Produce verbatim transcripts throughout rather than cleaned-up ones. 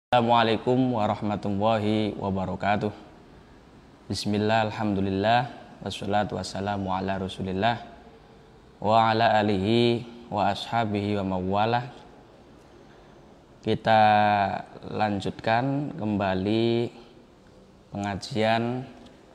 Assalamualaikum warahmatullahi wabarakatuh. Bismillah, alhamdulillah, wassalatu wassalamu ala rasulillah wa ala alihi wa ashabihi wa mawalah. Kita lanjutkan kembali pengajian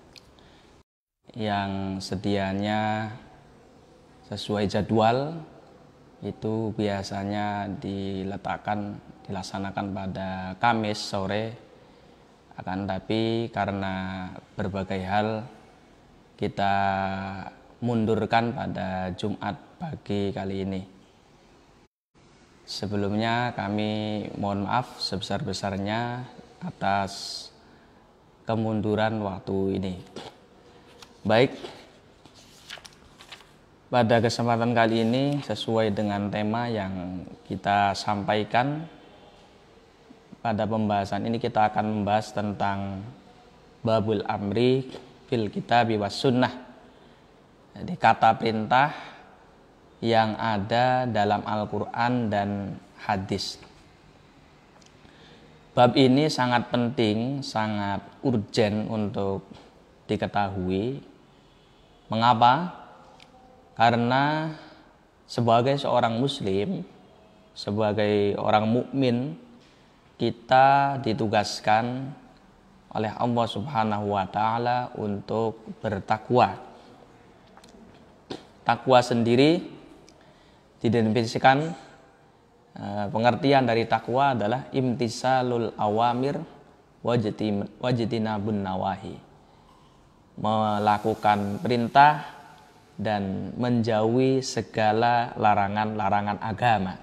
yang sedianya sesuai jadwal, itu biasanya diletakkan dilaksanakan pada Kamis sore, akan tapi karena berbagai hal kita mundurkan pada Jumat pagi kali ini. Sebelumnya kami mohon maaf sebesar-besarnya atas kemunduran waktu ini. Baik, pada kesempatan kali ini sesuai dengan tema yang kita sampaikan, pada pembahasan ini kita akan membahas tentang babul amri fil kitabi was sunnah. Jadi kata perintah yang ada dalam Al-Quran dan hadis. Bab ini sangat penting, sangat urgen untuk diketahui. Mengapa? Karena sebagai seorang muslim, sebagai orang mukmin, kita ditugaskan oleh Allah Subhanahu wa taala untuk bertakwa. Takwa sendiri didefinisikan, eh, pengertian dari takwa adalah imtisalul awamir wajtinabun nawahi. Melakukan perintah dan menjauhi segala larangan-larangan agama.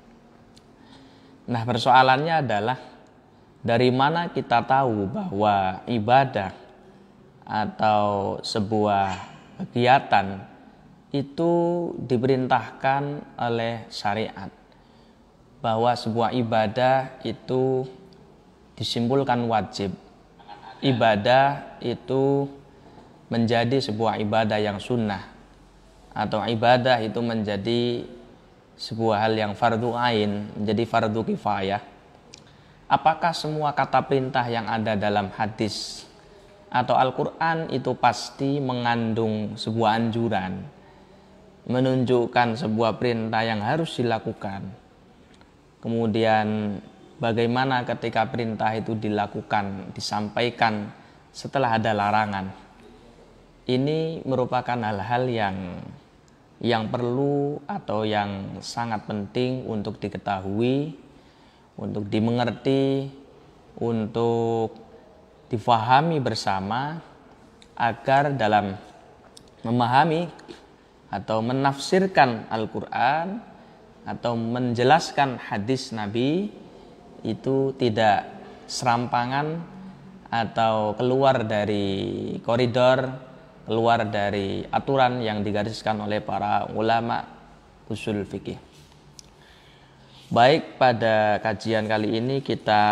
Nah, persoalannya adalah dari mana kita tahu bahwa ibadah atau sebuah kegiatan itu diperintahkan oleh syariat, bahwa sebuah ibadah itu disimpulkan wajib, ibadah itu menjadi sebuah ibadah yang sunnah, atau ibadah itu menjadi sebuah hal yang fardu ain, menjadi fardu kifayah. Apakah semua kata perintah yang ada dalam hadis atau Al-Quran itu pasti mengandung sebuah anjuran, menunjukkan sebuah perintah yang harus dilakukan? Kemudian bagaimana ketika perintah itu dilakukan, disampaikan setelah ada larangan? Ini merupakan hal-hal yang yang perlu atau yang sangat penting untuk diketahui, untuk dimengerti, untuk difahami bersama, agar dalam memahami atau menafsirkan Al-Quran atau menjelaskan hadis Nabi itu tidak serampangan atau keluar dari koridor, keluar dari aturan yang digariskan oleh para ulama usul fikih. Baik, pada kajian kali ini kita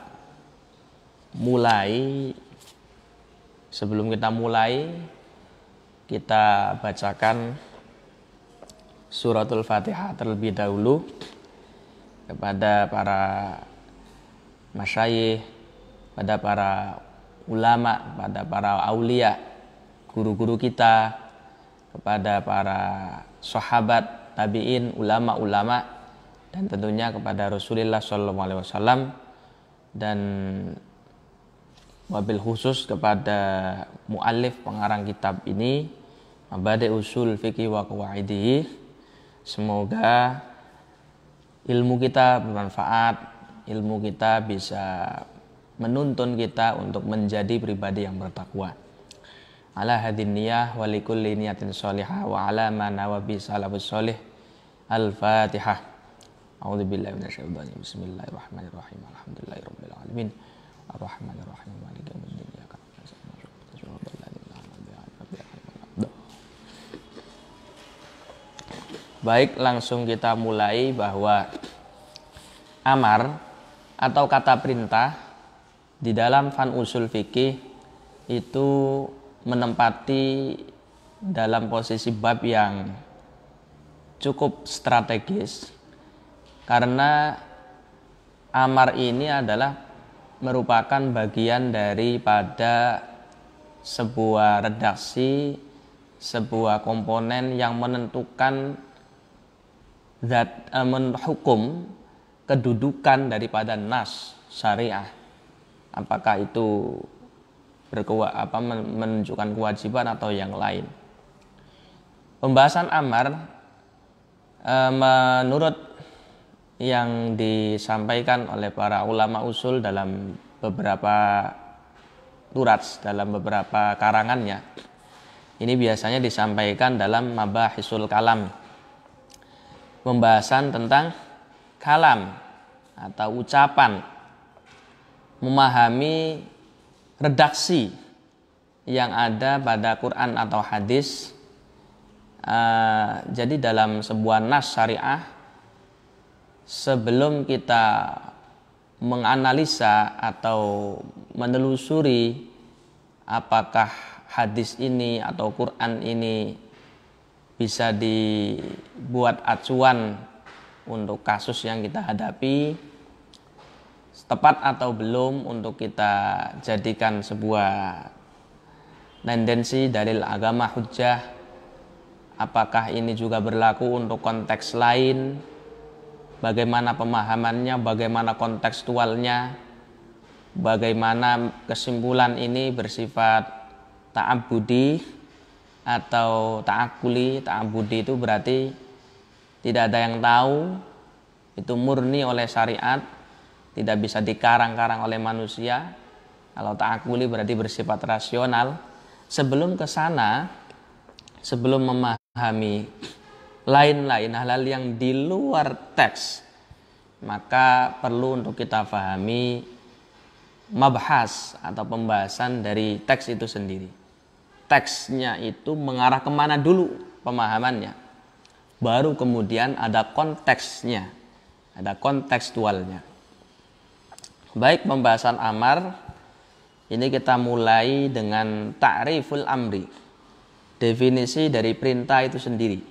mulai. Sebelum kita mulai, kita bacakan suratul Fatihah terlebih dahulu kepada para masyayikh, pada para ulama, pada para aulia, guru-guru kita, kepada para sahabat, tabi'in, ulama-ulama, dan tentunya kepada Rasulullah shallallahu alaihi wasallam, dan wabil khusus kepada muallif pengarang kitab ini, Mabadi' Ushul Fiqh wa Qawaidihi. Semoga ilmu kita bermanfaat, ilmu kita bisa menuntun kita untuk menjadi pribadi yang bertakwa. Ala hadin niyah wa likulli niyatin sholihah wa ala ma nawa bi salafus sholih. Al-Fatihah. A'udzubillahi minasyaitonir rajim. Bismillahirrahmanirrahim. Alhamdulillahirabbil alamin. Arrahmanirrahim. Maliki yaumiddin. Iyyaka na'budu wa iyyaka nasta'in. Baik, langsung kita mulai bahwa amar atau kata perintah di dalam fan usul fikih itu menempati dalam posisi bab yang cukup strategis, karena amar ini adalah merupakan bagian daripada sebuah redaksi, sebuah komponen yang menentukan zat eh, menghukum kedudukan daripada nas syariah. Apakah itu berkewa, apa, menunjukkan kewajiban atau yang lain. Pembahasan amar eh, menurut yang disampaikan oleh para ulama usul dalam beberapa turats, dalam beberapa karangannya, ini biasanya disampaikan dalam mabahisul kalam, pembahasan tentang kalam atau ucapan, memahami redaksi yang ada pada Quran atau hadis. Uh, jadi dalam sebuah nas syariah, sebelum kita menganalisa atau menelusuri apakah hadis ini atau Quran ini bisa dibuat acuan untuk kasus yang kita hadapi, tepat atau belum untuk kita jadikan sebuah tendensi dalil agama hujjah, apakah ini juga berlaku untuk konteks lain, bagaimana pemahamannya, bagaimana kontekstualnya, bagaimana kesimpulan ini bersifat ta'abbudi atau ta'akuli. Ta'abbudi itu berarti tidak ada yang tahu, itu murni oleh syariat, tidak bisa dikarang-karang oleh manusia. Kalau ta'akuli berarti bersifat rasional. Sebelum ke sana, sebelum memahami lain-lain hal-hal yang di luar teks, maka perlu untuk kita pahami mabhas atau pembahasan dari teks itu sendiri. Teksnya itu mengarah kemana dulu pemahamannya, baru kemudian ada konteksnya, ada kontekstualnya. Baik, pembahasan amar ini kita mulai dengan ta'riful amri, definisi dari perintah itu sendiri.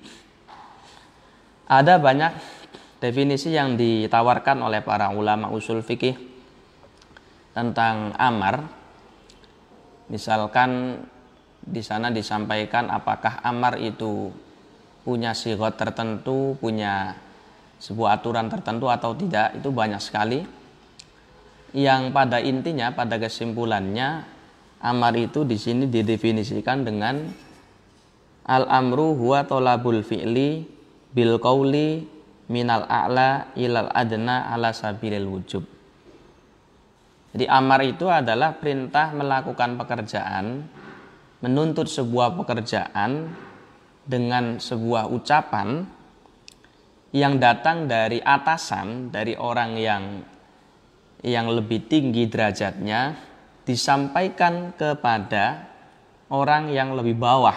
Ada banyak definisi yang ditawarkan oleh para ulama usul fikih tentang amar. Misalkan di sana disampaikan apakah amar itu punya sigot tertentu, punya sebuah aturan tertentu atau tidak, itu banyak sekali. Yang pada intinya, pada kesimpulannya, amar itu di sini didefinisikan dengan al-amru huwa tolabul fi'li bil qauli minal a'la ilal adna ala sabilil wujub. Jadi amar itu adalah perintah melakukan pekerjaan, menuntut sebuah pekerjaan dengan sebuah ucapan yang datang dari atasan, dari orang yang yang lebih tinggi derajatnya, disampaikan kepada orang yang lebih bawah.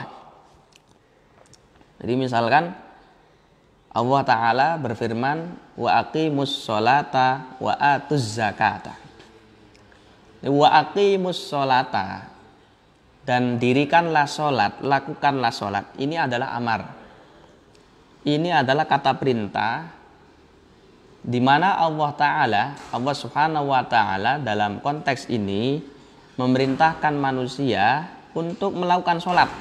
Jadi misalkan Allah Ta'ala berfirman, wa aqimus sholata wa atuz zakata. Wa aqimus sholata, dan dirikanlah sholat, lakukanlah sholat. Ini adalah amar. Ini adalah kata perintah, di mana Allah Ta'ala, Allah Subhanahu wa Ta'ala dalam konteks ini memerintahkan manusia untuk melakukan sholat.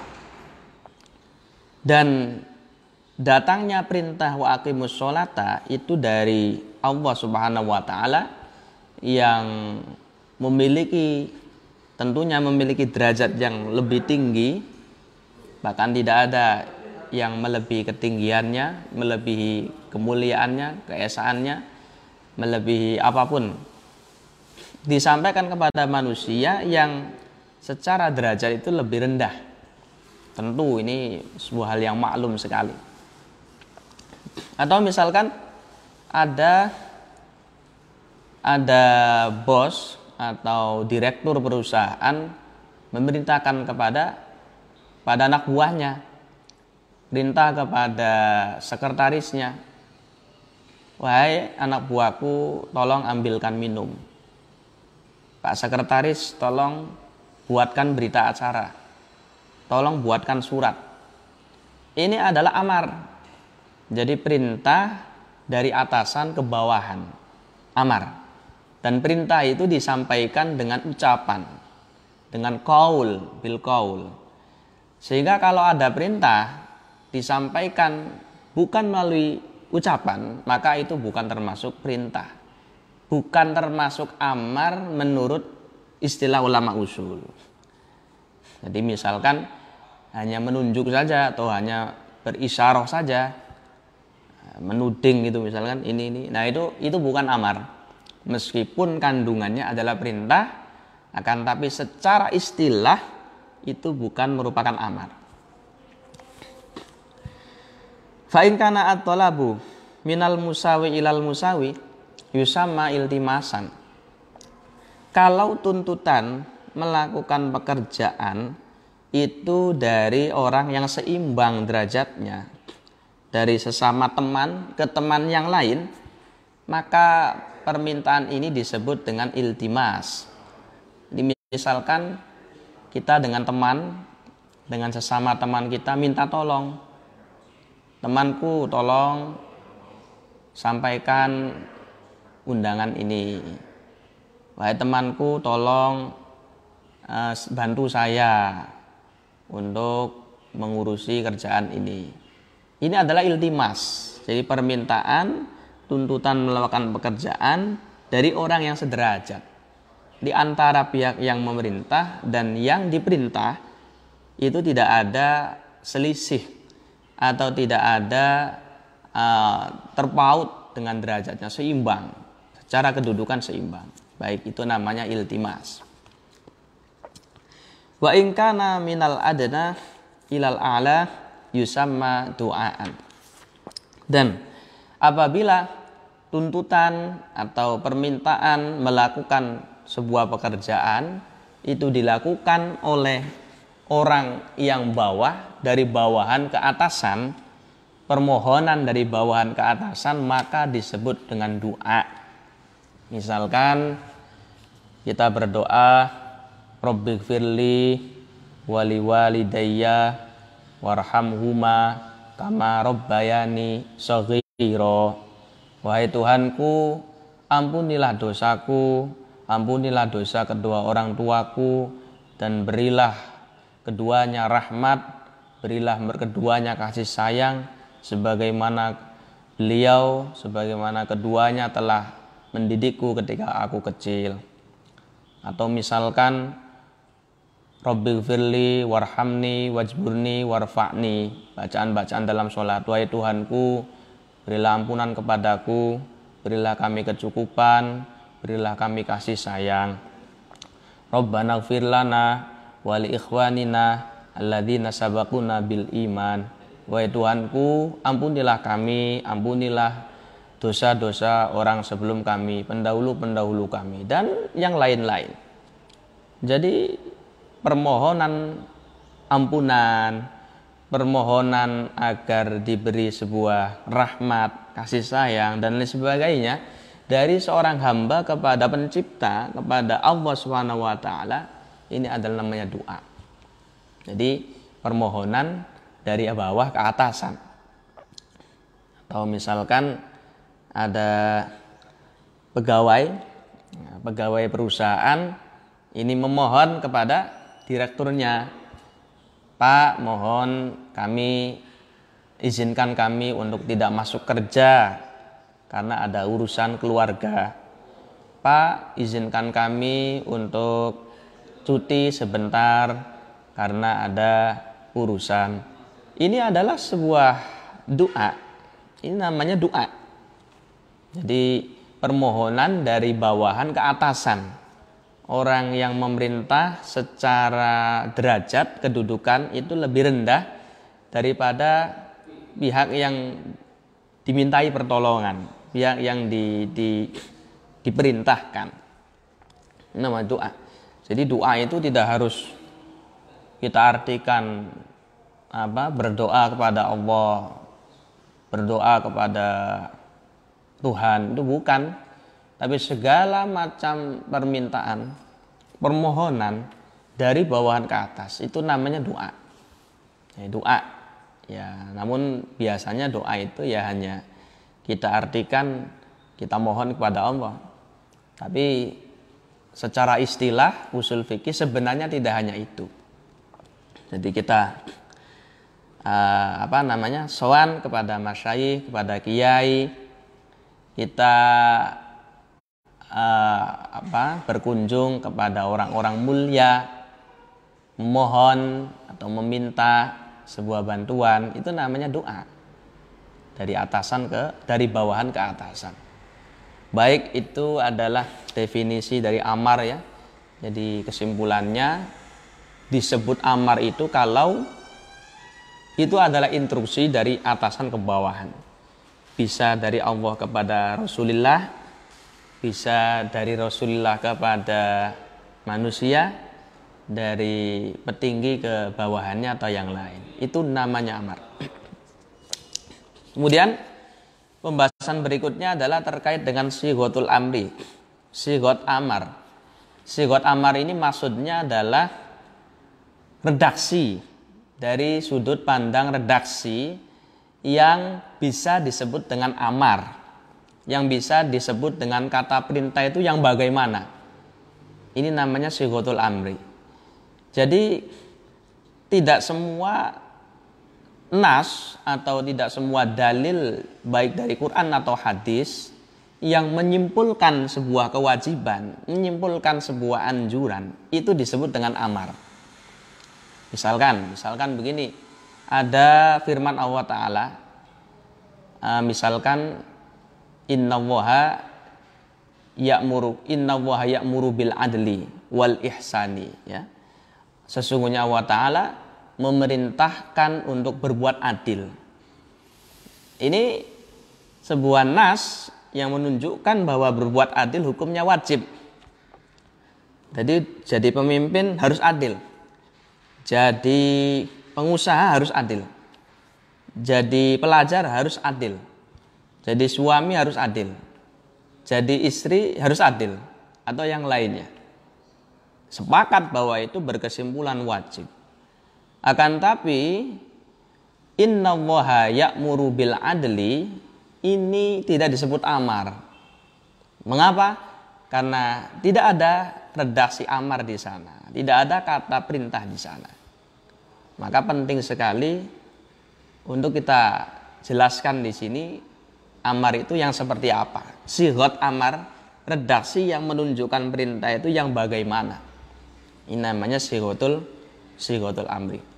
Dan datangnya perintah wa aqimus sholata itu dari Allah Subhanahu wa Ta'ala yang memiliki, tentunya memiliki derajat yang lebih tinggi, bahkan tidak ada yang melebihi ketinggiannya, melebihi kemuliaannya, keesaannya, melebihi apapun. Disampaikan kepada manusia yang secara derajat itu lebih rendah. Tentu ini sebuah hal yang maklum sekali. Atau misalkan ada ada bos atau direktur perusahaan memerintahkan kepada pada anak buahnya, perintah kepada sekretarisnya, wahai anak buahku, tolong ambilkan minum. Pak sekretaris, tolong buatkan berita acara, tolong buatkan surat. Ini adalah amar. Jadi perintah dari atasan ke bawahan, amar. Dan perintah itu disampaikan dengan ucapan, dengan qaul, bil qaul. Sehingga kalau ada perintah disampaikan bukan melalui ucapan, maka itu bukan termasuk perintah. Bukan termasuk amar menurut istilah ulama usul. Jadi misalkan hanya menunjuk saja atau hanya berisyarah saja, menuding gitu misalkan ini ini. Nah itu itu bukan amar. Meskipun kandungannya adalah perintah, akan tapi secara istilah itu bukan merupakan amar. Fa in kana at-talabu minal musawi ilal musawi yusamma iltimasan. Kalau tuntutan melakukan pekerjaan itu dari orang yang seimbang derajatnya, dari sesama teman ke teman yang lain, maka permintaan ini disebut dengan iltimas. Misalkan kita dengan teman, dengan sesama teman kita minta tolong, temanku tolong sampaikan undangan ini, wahai temanku tolong uh, bantu saya untuk mengurusi kerjaan ini. Ini adalah iltimas, jadi permintaan tuntutan melakukan pekerjaan dari orang yang sederajat di antara pihak yang memerintah dan yang diperintah. Itu tidak ada selisih atau tidak ada uh, terpaut dengan derajatnya, seimbang, secara kedudukan seimbang. Baik, itu namanya iltimas. Wa in kana minal adna ilal a'la yusamma du'aan. Dan apabila tuntutan atau permintaan melakukan sebuah pekerjaan itu dilakukan oleh orang yang bawah, dari bawahan ke atasan, permohonan dari bawahan ke atasan, maka disebut dengan doa. Misalkan kita berdoa, Rabbighfirli wali walidayya warhamhuma kama rabbayani shaghira. Wahai Tuhanku, ampunilah dosaku, ampunilah dosa kedua orang tuaku, dan berilah keduanya rahmat, berilah keduanya kasih sayang, sebagaimana beliau, sebagaimana keduanya telah mendidikku ketika aku kecil. Atau misalkan Rabbighfirli warhamni wajburni warfa'ni, bacaan-bacaan dalam sholat. Wahai Tuhanku, berilah ampunan kepadaku, berilah kami kecukupan, berilah kami kasih sayang. Rabbana ighfir lana wa li ikhwanina alladzina sabaquna bil iman. Wahai Tuhanku, ampunilah kami, ampunilah dosa-dosa orang sebelum kami, pendahulu-pendahulu kami, dan yang lain-lain. Jadi permohonan ampunan, permohonan agar diberi sebuah rahmat, kasih sayang, dan lain sebagainya dari seorang hamba kepada pencipta, kepada Allah subhanahu wa taala, ini adalah namanya doa. Jadi permohonan dari bawah ke atasan. Atau misalkan ada pegawai, pegawai perusahaan ini memohon kepada direkturnya, Pak, mohon kami, izinkan kami untuk tidak masuk kerja karena ada urusan keluarga. Pak, izinkan kami untuk cuti sebentar karena ada urusan. Ini adalah sebuah doa. Ini namanya doa. Jadi permohonan dari bawahan ke atasan. Orang yang memerintah secara derajat kedudukan itu lebih rendah daripada pihak yang dimintai pertolongan, pihak yang di, di, diperintahkan. Ini namanya doa. Jadi doa itu tidak harus kita artikan apa berdoa kepada Allah, berdoa kepada Tuhan, itu bukan. Tapi segala macam permintaan, permohonan dari bawahan ke atas itu namanya doa. Ya, doa. Ya, namun biasanya doa itu ya hanya kita artikan kita mohon kepada Allah. Tapi secara istilah usul fikih sebenarnya tidak hanya itu. Jadi kita uh, apa namanya sowan kepada masyayikh, kepada kiai, kita uh, apa berkunjung kepada orang-orang mulia, memohon atau meminta sebuah bantuan, itu namanya doa. Dari atasan ke dari bawahan ke atasan. Baik itu adalah definisi dari amar ya. Jadi kesimpulannya disebut amar itu kalau itu adalah instruksi dari atasan ke bawahan. Bisa dari Allah kepada Rasulullah, bisa dari Rasulullah kepada manusia, dari petinggi ke bawahannya atau yang lain. Itu namanya amar. Kemudian pembahasan berikutnya adalah terkait dengan sighatul amri, sighat amar. Sighat amar ini maksudnya adalah redaksi, dari sudut pandang redaksi yang bisa disebut dengan amar, yang bisa disebut dengan kata perintah itu yang bagaimana. Ini namanya sighatul amri. Jadi tidak semua nas atau tidak semua dalil baik dari Quran atau hadis yang menyimpulkan sebuah kewajiban, menyimpulkan sebuah anjuran, itu disebut dengan amar. Misalkan, misalkan begini, ada firman Allah Ta'ala, uh, misalkan innallaha ya'muru innallaha ya'muru bil adli wal ihsani, ya. Sesungguhnya Allah Ta'ala memerintahkan untuk berbuat adil. Ini sebuah nas yang menunjukkan bahwa berbuat adil hukumnya wajib. Jadi jadi pemimpin harus adil. Jadi pengusaha harus adil. Jadi pelajar harus adil. Jadi suami harus adil. Jadi istri harus adil atau yang lainnya. Sepakat bahwa itu berkesimpulan wajib. Akan tapi innallaha ya'muru bil adli ini tidak disebut amar. Mengapa? Karena tidak ada redaksi amar di sana, tidak ada kata perintah di sana. Maka penting sekali untuk kita jelaskan di sini amar itu yang seperti apa. Sighat amar, redaksi yang menunjukkan perintah itu yang bagaimana. Ini namanya sighatul sighatul amri.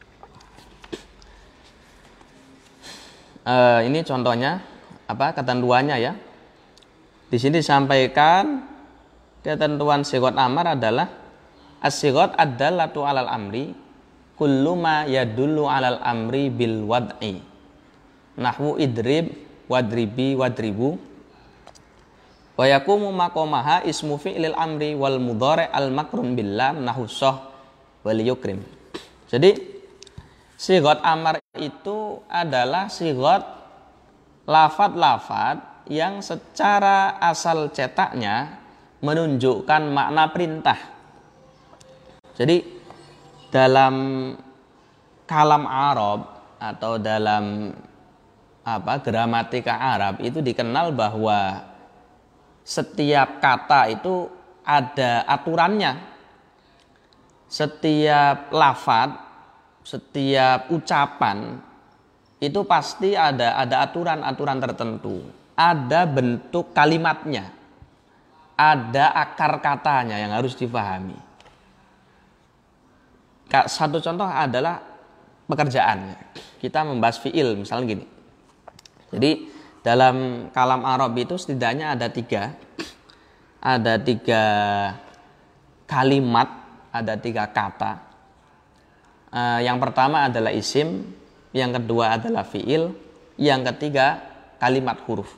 Uh, ini contohnya apa ketentuannya ya. Di sini disampaikan ketentuan sighat amar adalah as-sighat ad-dallatu 'alal amri kullu ma yadullu 'alal amri bil wad'i. Nahwu idrib wadribi wadribu wa yaqumu maqamaha ismu fi'lil amri wal mudhari' al makrun bil lam nahwu sah wal yukrim. Jadi sighat amar itu adalah sighat lafad-lafad yang secara asal cetaknya menunjukkan makna perintah. Jadi dalam kalam Arab atau dalam apa gramatika Arab itu dikenal bahwa setiap kata itu ada aturannya. Setiap lafad, setiap ucapan itu pasti ada ada aturan-aturan tertentu, ada bentuk kalimatnya, ada akar katanya yang harus dipahami. Satu contoh adalah pekerjaannya. Kita membahas fiil, misalnya gini. Jadi dalam kalam Arab itu setidaknya ada tiga, ada tiga kalimat, ada tiga kata. Uh, yang pertama adalah isim, yang kedua adalah fiil, yang ketiga kalimat huruf.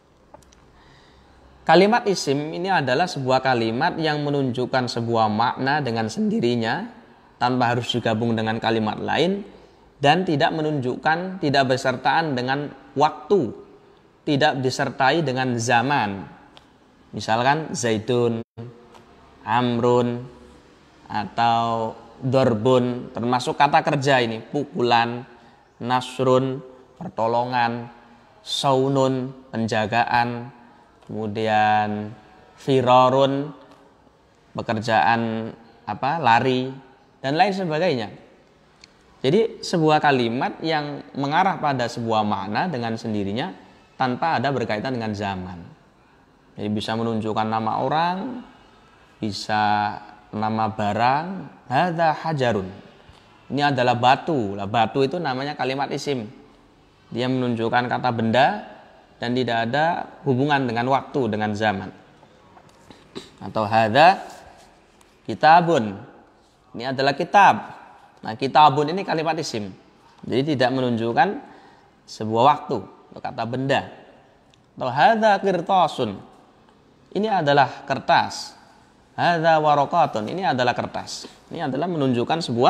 Kalimat isim ini adalah sebuah kalimat yang menunjukkan sebuah makna dengan sendirinya tanpa harus digabung dengan kalimat lain dan tidak menunjukkan, tidak bersertaan dengan waktu, tidak disertai dengan zaman. Misalkan Zaidun, Amrun, atau Dorbun, termasuk kata kerja ini, pukulan, nasrun, pertolongan, saunun, penjagaan, kemudian firarun, pekerjaan apa lari, dan lain sebagainya. Jadi sebuah kalimat yang mengarah pada sebuah makna dengan sendirinya tanpa ada berkaitan dengan zaman. Jadi bisa menunjukkan nama orang, bisa nama barang. Hadza hajarun. Ini adalah batu. Lah batu itu namanya kalimat isim. Dia menunjukkan kata benda dan tidak ada hubungan dengan waktu, dengan zaman. Atau hadza kitabun. Ini adalah kitab. Nah, kitabun ini kalimat isim. Jadi tidak menunjukkan sebuah waktu atau kata benda. Atau hadza qirtasun. Ini adalah kertas. Hadza waraqatun. Ini adalah kertas. Ini adalah menunjukkan sebuah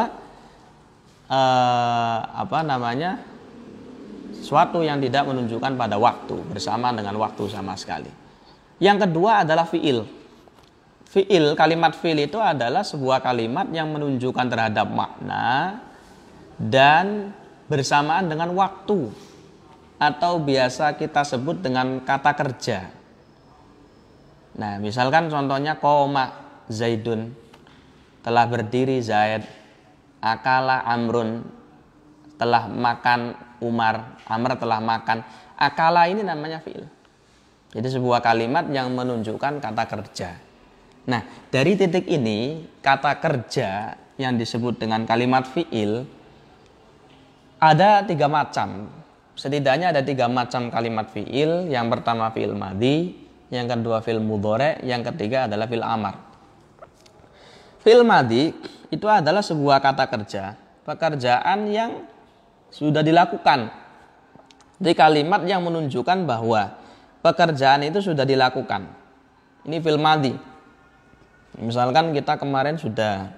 uh, apa namanya? Suatu yang tidak menunjukkan pada waktu, bersamaan dengan waktu sama sekali. Yang kedua adalah fiil. Fi'il, kalimat fi'il itu adalah sebuah kalimat yang menunjukkan terhadap makna dan bersamaan dengan waktu, atau biasa kita sebut dengan kata kerja. Nah, misalkan contohnya qoma Zaidun, telah berdiri Zaid, akala Amrun, telah makan Umar, Amr telah makan. Akala ini namanya fi'il. Jadi sebuah kalimat yang menunjukkan kata kerja. Nah, dari titik ini, kata kerja yang disebut dengan kalimat fi'il ada tiga macam. Setidaknya ada tiga macam kalimat fi'il. Yang pertama fi'il madhi, yang kedua fi'il mudhari', yang ketiga adalah fi'il amar. Fi'il madhi itu adalah sebuah kata kerja, pekerjaan yang sudah dilakukan. Jadi kalimat yang menunjukkan bahwa pekerjaan itu sudah dilakukan. Ini fi'il madhi. Misalkan kita kemarin sudah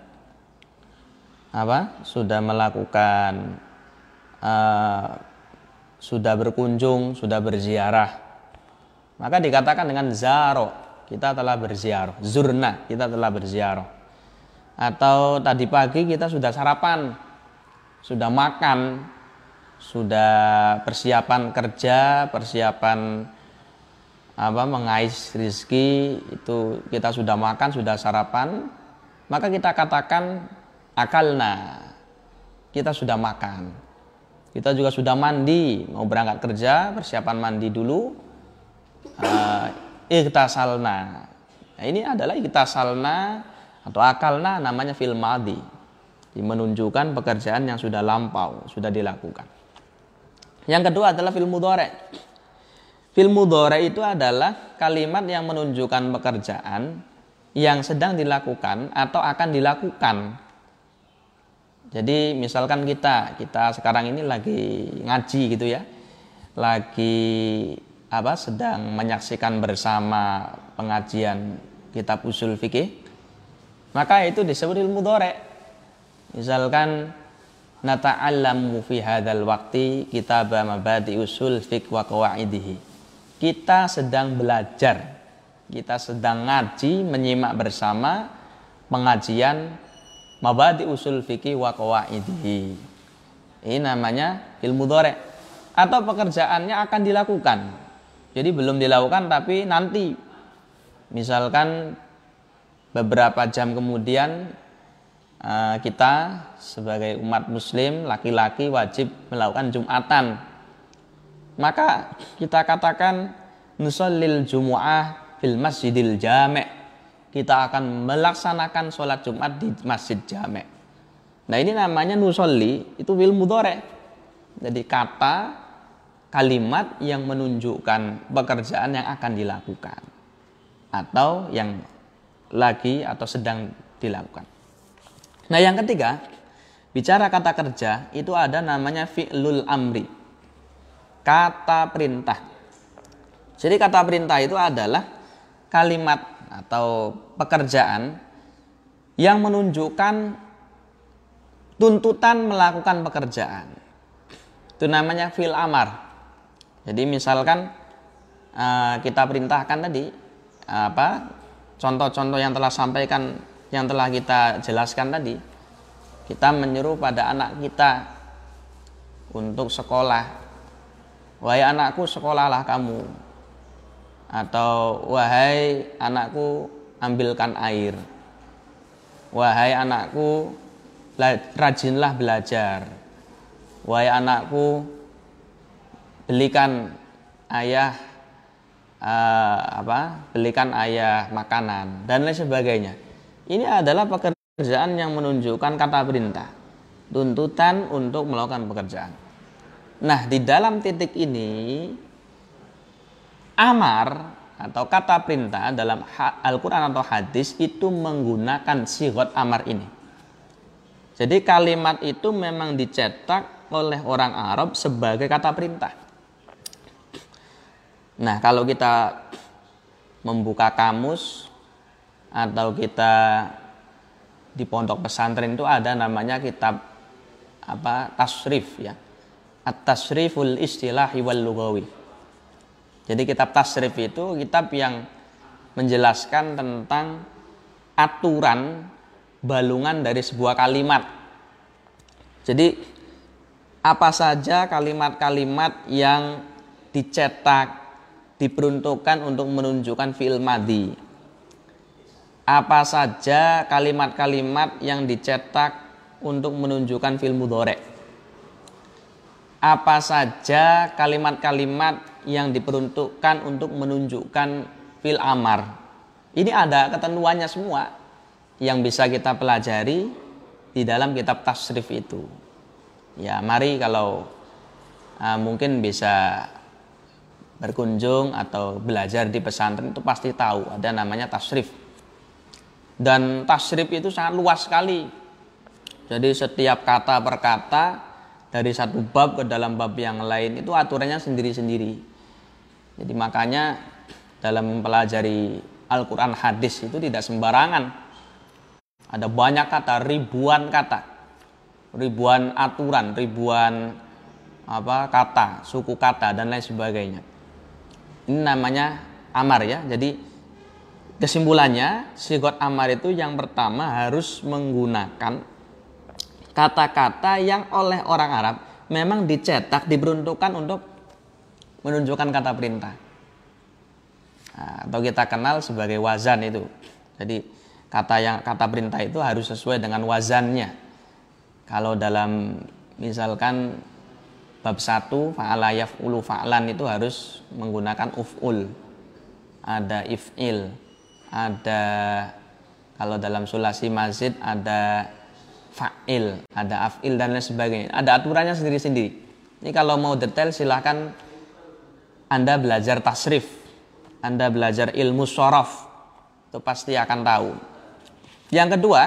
apa? Sudah melakukan uh, sudah berkunjung, sudah berziarah. Maka dikatakan dengan zaro, kita telah berziarah. Zurna, kita telah berziarah. Atau tadi pagi kita sudah sarapan, sudah makan, sudah persiapan kerja, persiapan apa mengais rizki, itu kita sudah makan, sudah sarapan, maka kita katakan akalna, kita sudah makan. Kita juga sudah mandi, mau berangkat kerja, persiapan mandi dulu. uh, Ightasalna. Nah, ini adalah ightasalna atau akalna, namanya fi'il madhi, menunjukkan pekerjaan yang sudah lampau, sudah dilakukan. Yang kedua adalah fi'il mudhari'. Fi'il mudhari' itu adalah kalimat yang menunjukkan pekerjaan yang sedang dilakukan atau akan dilakukan. Jadi misalkan kita, kita sekarang ini lagi ngaji gitu ya. Lagi apa sedang menyaksikan bersama pengajian kitab usul fikih. Maka itu disebut fi'il mudhari'. Misalkan nata'allamu fi hadzal waqti kitab mabadi usul fiqh wa qawaidihi. Kita sedang belajar, kita sedang ngaji, menyimak bersama pengajian mabadi usul fikih wa qawaidihi. Ini namanya fi'il mudhari'. Atau pekerjaannya akan dilakukan. Jadi belum dilakukan tapi nanti. Misalkan beberapa jam kemudian kita sebagai umat muslim laki-laki wajib melakukan Jumatan. Maka kita katakan nusallil jumu'ah fil masjidil jami'. Kita akan melaksanakan sholat Jumat di masjid jami'. Nah, ini namanya nusolli, itu fi'il mudhari'. Jadi kata kalimat yang menunjukkan pekerjaan yang akan dilakukan atau yang lagi atau sedang dilakukan. Nah, yang ketiga, bicara kata kerja itu ada namanya fi'lul amri, kata perintah. Jadi kata perintah itu adalah kalimat atau pekerjaan yang menunjukkan tuntutan melakukan pekerjaan. Itu namanya fi'il amar. Jadi misalkan uh, kita perintahkan tadi apa contoh-contoh yang telah sampaikan, yang telah kita jelaskan tadi, kita menyuruh pada anak kita untuk sekolah. Wahai anakku, sekolahlah kamu. Atau wahai anakku ambilkan air. Wahai anakku rajinlah belajar. Wahai anakku belikan ayah uh, apa? Belikan ayah makanan dan lain sebagainya. Ini adalah pekerjaan yang menunjukkan kata perintah, tuntutan untuk melakukan pekerjaan. Nah, di dalam titik ini amar atau kata perintah dalam Al-Quran atau hadis itu menggunakan sigot amar ini. Jadi kalimat itu memang dicetak oleh orang Arab sebagai kata perintah. Nah, kalau kita membuka kamus atau kita di pondok pesantren itu ada namanya kitab apa tasrif ya. At-tasriful istilahi wal lughawi. Jadi kitab tasrif itu kitab yang menjelaskan tentang aturan balungan dari sebuah kalimat. Jadi apa saja kalimat-kalimat yang dicetak diperuntukkan untuk menunjukkan fi'il madhi. Apa saja kalimat-kalimat yang dicetak untuk menunjukkan fi'il mudhari'. Apa saja kalimat-kalimat yang diperuntukkan untuk menunjukkan fi'il amar. Ini ada ketentuannya semua yang bisa kita pelajari di dalam kitab tasrif itu. Ya, mari kalau uh, mungkin bisa berkunjung atau belajar di pesantren itu pasti tahu ada namanya tasrif. Dan tasrif itu sangat luas sekali. Jadi setiap kata per kata dari satu bab ke dalam bab yang lain itu aturannya sendiri-sendiri. Jadi makanya dalam mempelajari Al-Quran hadis itu tidak sembarangan. Ada banyak kata, ribuan kata, ribuan aturan, ribuan apa kata, suku kata dan lain sebagainya. Ini namanya amar ya. Jadi kesimpulannya sigot amar itu yang pertama harus menggunakan kata-kata yang oleh orang Arab memang dicetak, diperuntukkan untuk menunjukkan kata perintah. Nah, atau kita kenal sebagai wazan itu. Jadi kata yang kata perintah itu harus sesuai dengan wazannya. Kalau dalam misalkan bab satu fa'ala yaf'ulu fa'lan itu harus menggunakan uf'ul. Ada if'il, ada kalau dalam sulasi mazid ada fa'il, ada af'il dan lain sebagainya. Ada aturannya sendiri-sendiri. Ini kalau mau detail silahkan Anda belajar tasrif, Anda belajar ilmu shorof, itu pasti akan tahu. Yang kedua,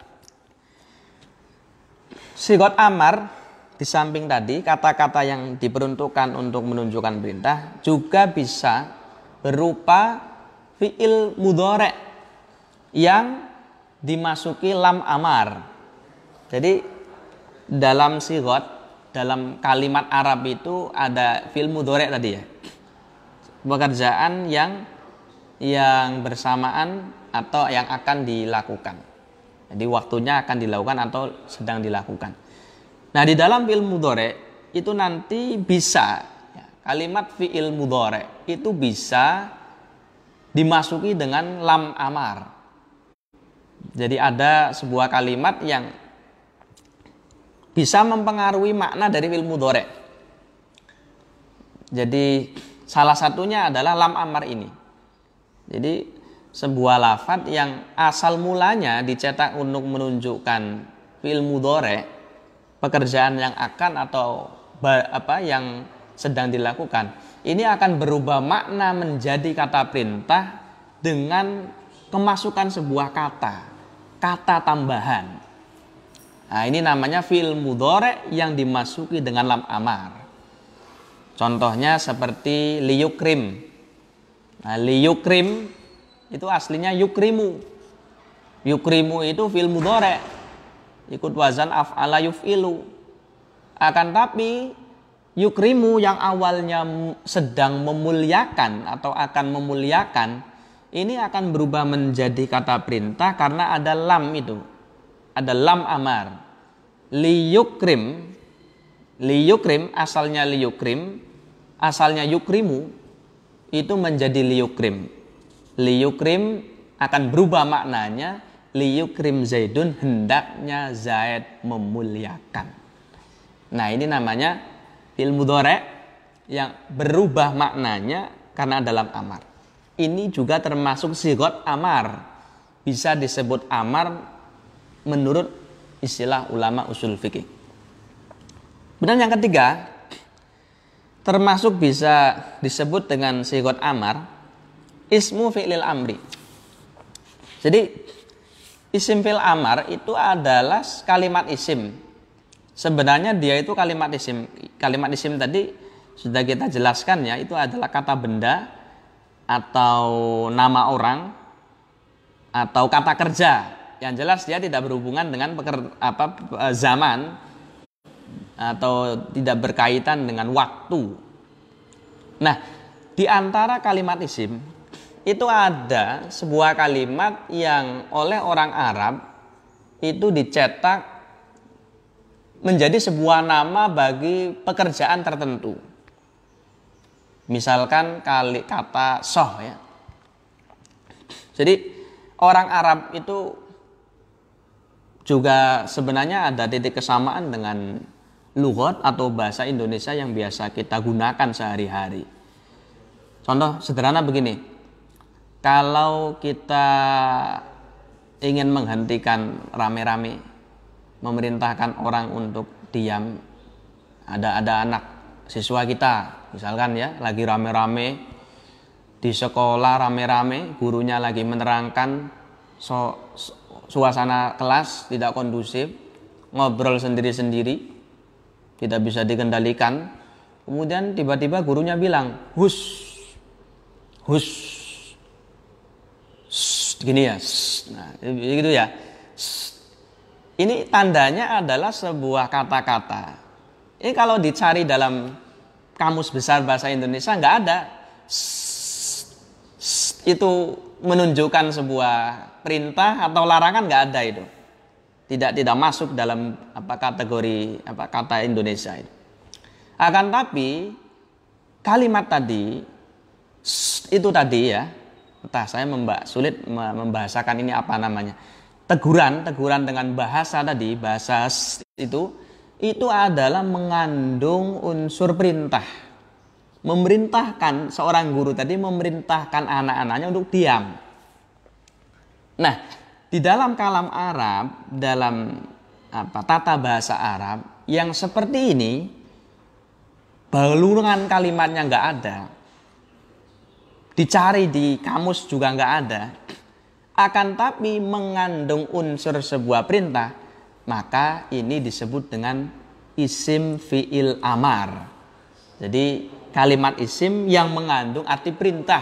sigot amar di samping tadi kata-kata yang diperuntukkan untuk menunjukkan perintah juga bisa berupa fi'il mudhari' yang dimasuki lam amar. Jadi dalam sigot, dalam kalimat Arab itu ada fi'il mudhari' tadi ya. Pekerjaan yang yang bersamaan atau yang akan dilakukan. Jadi waktunya akan dilakukan atau sedang dilakukan. Nah, di dalam fi'il mudhari' itu nanti bisa ya, kalimat fi'il mudhari' itu bisa dimasuki dengan lam amar. Jadi ada sebuah kalimat yang bisa mempengaruhi makna dari fi'il mudhari'. Jadi salah satunya adalah lam amar ini. Jadi sebuah lafadz yang asal mulanya dicetak untuk menunjukkan fi'il mudhari', pekerjaan yang akan atau apa yang sedang dilakukan, ini akan berubah makna menjadi kata perintah dengan kemasukan sebuah kata, kata tambahan. Nah, ini namanya fi'il mudhari' yang dimasuki dengan lam amar. Contohnya seperti liyukrim. Nah, liyukrim itu aslinya yukrimu. Yukrimu itu fi'il mudhari', ikut wazan af'ala yuf'ilu. Akan tapi yukrimu yang awalnya sedang memuliakan atau akan memuliakan, ini akan berubah menjadi kata perintah karena ada lam itu. Ada lam amar. Liyukrim, liyukrim asalnya liyukrim, asalnya yukrimu. itu menjadi liyukrim. Liyukrim akan berubah maknanya, liyukrim Zaidun, hendaknya Zaid memuliakan. Nah, ini namanya fi'il mudhari' yang berubah maknanya karena dalam amar. Ini juga termasuk sigot amar. Bisa disebut amar menurut istilah ulama usul fikih. Kemudian yang ketiga, termasuk bisa disebut dengan sigot amar, ismu fi'lil amri. Jadi isim fi'il amar itu adalah kalimat isim. Sebenarnya dia itu kalimat isim. Kalimat isim tadi sudah kita jelaskan ya, itu adalah kata benda atau nama orang atau kata kerja. Yang jelas dia tidak berhubungan dengan peker, apa, zaman atau tidak berkaitan dengan waktu. Nah, di antara kalimat isim itu ada sebuah kalimat yang oleh orang Arab itu dicetak menjadi sebuah nama bagi pekerjaan tertentu. Misalkan kali kata soh ya. Jadi orang Arab itu juga sebenarnya ada titik kesamaan dengan lughat atau bahasa Indonesia yang biasa kita gunakan sehari-hari. Contoh sederhana begini. Kalau kita ingin menghentikan rame-rame, memerintahkan orang untuk diam, ada ada anak siswa kita misalkan ya lagi rame-rame di sekolah, rame-rame gurunya lagi menerangkan, so, suasana kelas tidak kondusif, ngobrol sendiri-sendiri, tidak bisa dikendalikan. Kemudian tiba-tiba gurunya bilang hus hus gini ya, nah gitu ya. Ini tandanya adalah sebuah kata-kata. Ini kalau dicari dalam kamus besar bahasa Indonesia nggak ada. Itu menunjukkan sebuah perintah atau larangan, nggak ada itu. Tidak tidak masuk dalam apa kategori apa kata Indonesia itu. Akan tapi kalimat tadi itu tadi ya. Entah saya membah, sulit membahasakan ini apa namanya. Teguran, teguran dengan bahasa tadi, bahasa itu itu adalah mengandung unsur perintah. Memerintahkan seorang guru tadi memerintahkan anak-anaknya untuk diam. Nah, di dalam kalam Arab, dalam apa tata bahasa Arab yang seperti ini, balungan kalimatnya nggak ada. Dicari di kamus juga nggak ada, akan tapi mengandung unsur sebuah perintah, maka ini disebut dengan isim fi'il amar. Jadi kalimat isim yang mengandung arti perintah.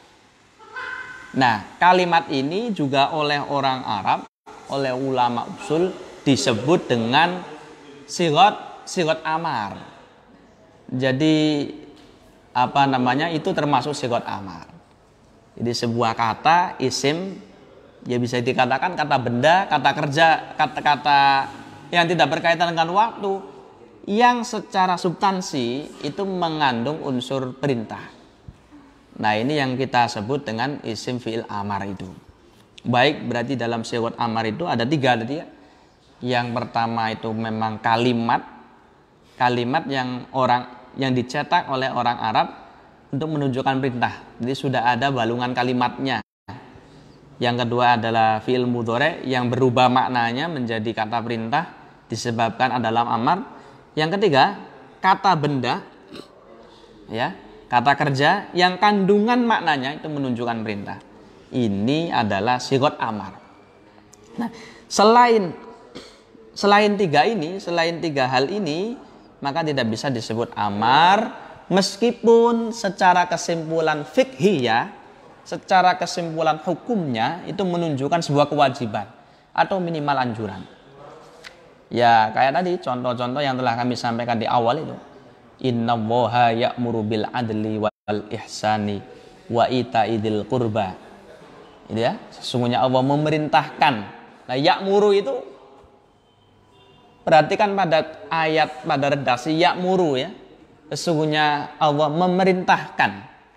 Nah, kalimat ini juga oleh orang Arab, oleh ulama usul disebut dengan sigot sigot amar. Jadi apa namanya itu termasuk sigot amar. Jadi sebuah kata isim ya bisa dikatakan kata benda, kata kerja, kata-kata yang tidak berkaitan dengan waktu yang secara substansi itu mengandung unsur perintah. Nah, ini yang kita sebut dengan isim fi'il amar itu. Baik, berarti dalam sigot amar itu ada tiga tadi ya. Yang pertama itu memang kalimat kalimat yang orang yang dicetak oleh orang Arab untuk menunjukkan perintah. Jadi sudah ada balungan kalimatnya. Yang kedua adalah fi'il mudhari yang berubah maknanya menjadi kata perintah disebabkan ada dalam amar. Yang ketiga, kata benda ya, kata kerja yang kandungan maknanya itu menunjukkan perintah. Ini adalah sigot amar. Nah, selain selain tiga ini, selain tiga hal ini, maka tidak bisa disebut amar, meskipun secara kesimpulan fikhiyah, secara kesimpulan hukumnya itu menunjukkan sebuah kewajiban atau minimal anjuran. Ya kayak tadi contoh-contoh yang telah kami sampaikan di awal itu. Innallaha ya'muru bil adli wal ihsani wa itaidil qurba. Itu ya, sesungguhnya Allah memerintahkan. Nah, ya'muru itu perhatikan pada ayat, pada redaksi ya'muru ya. Sesungguhnya Allah memerintahkan.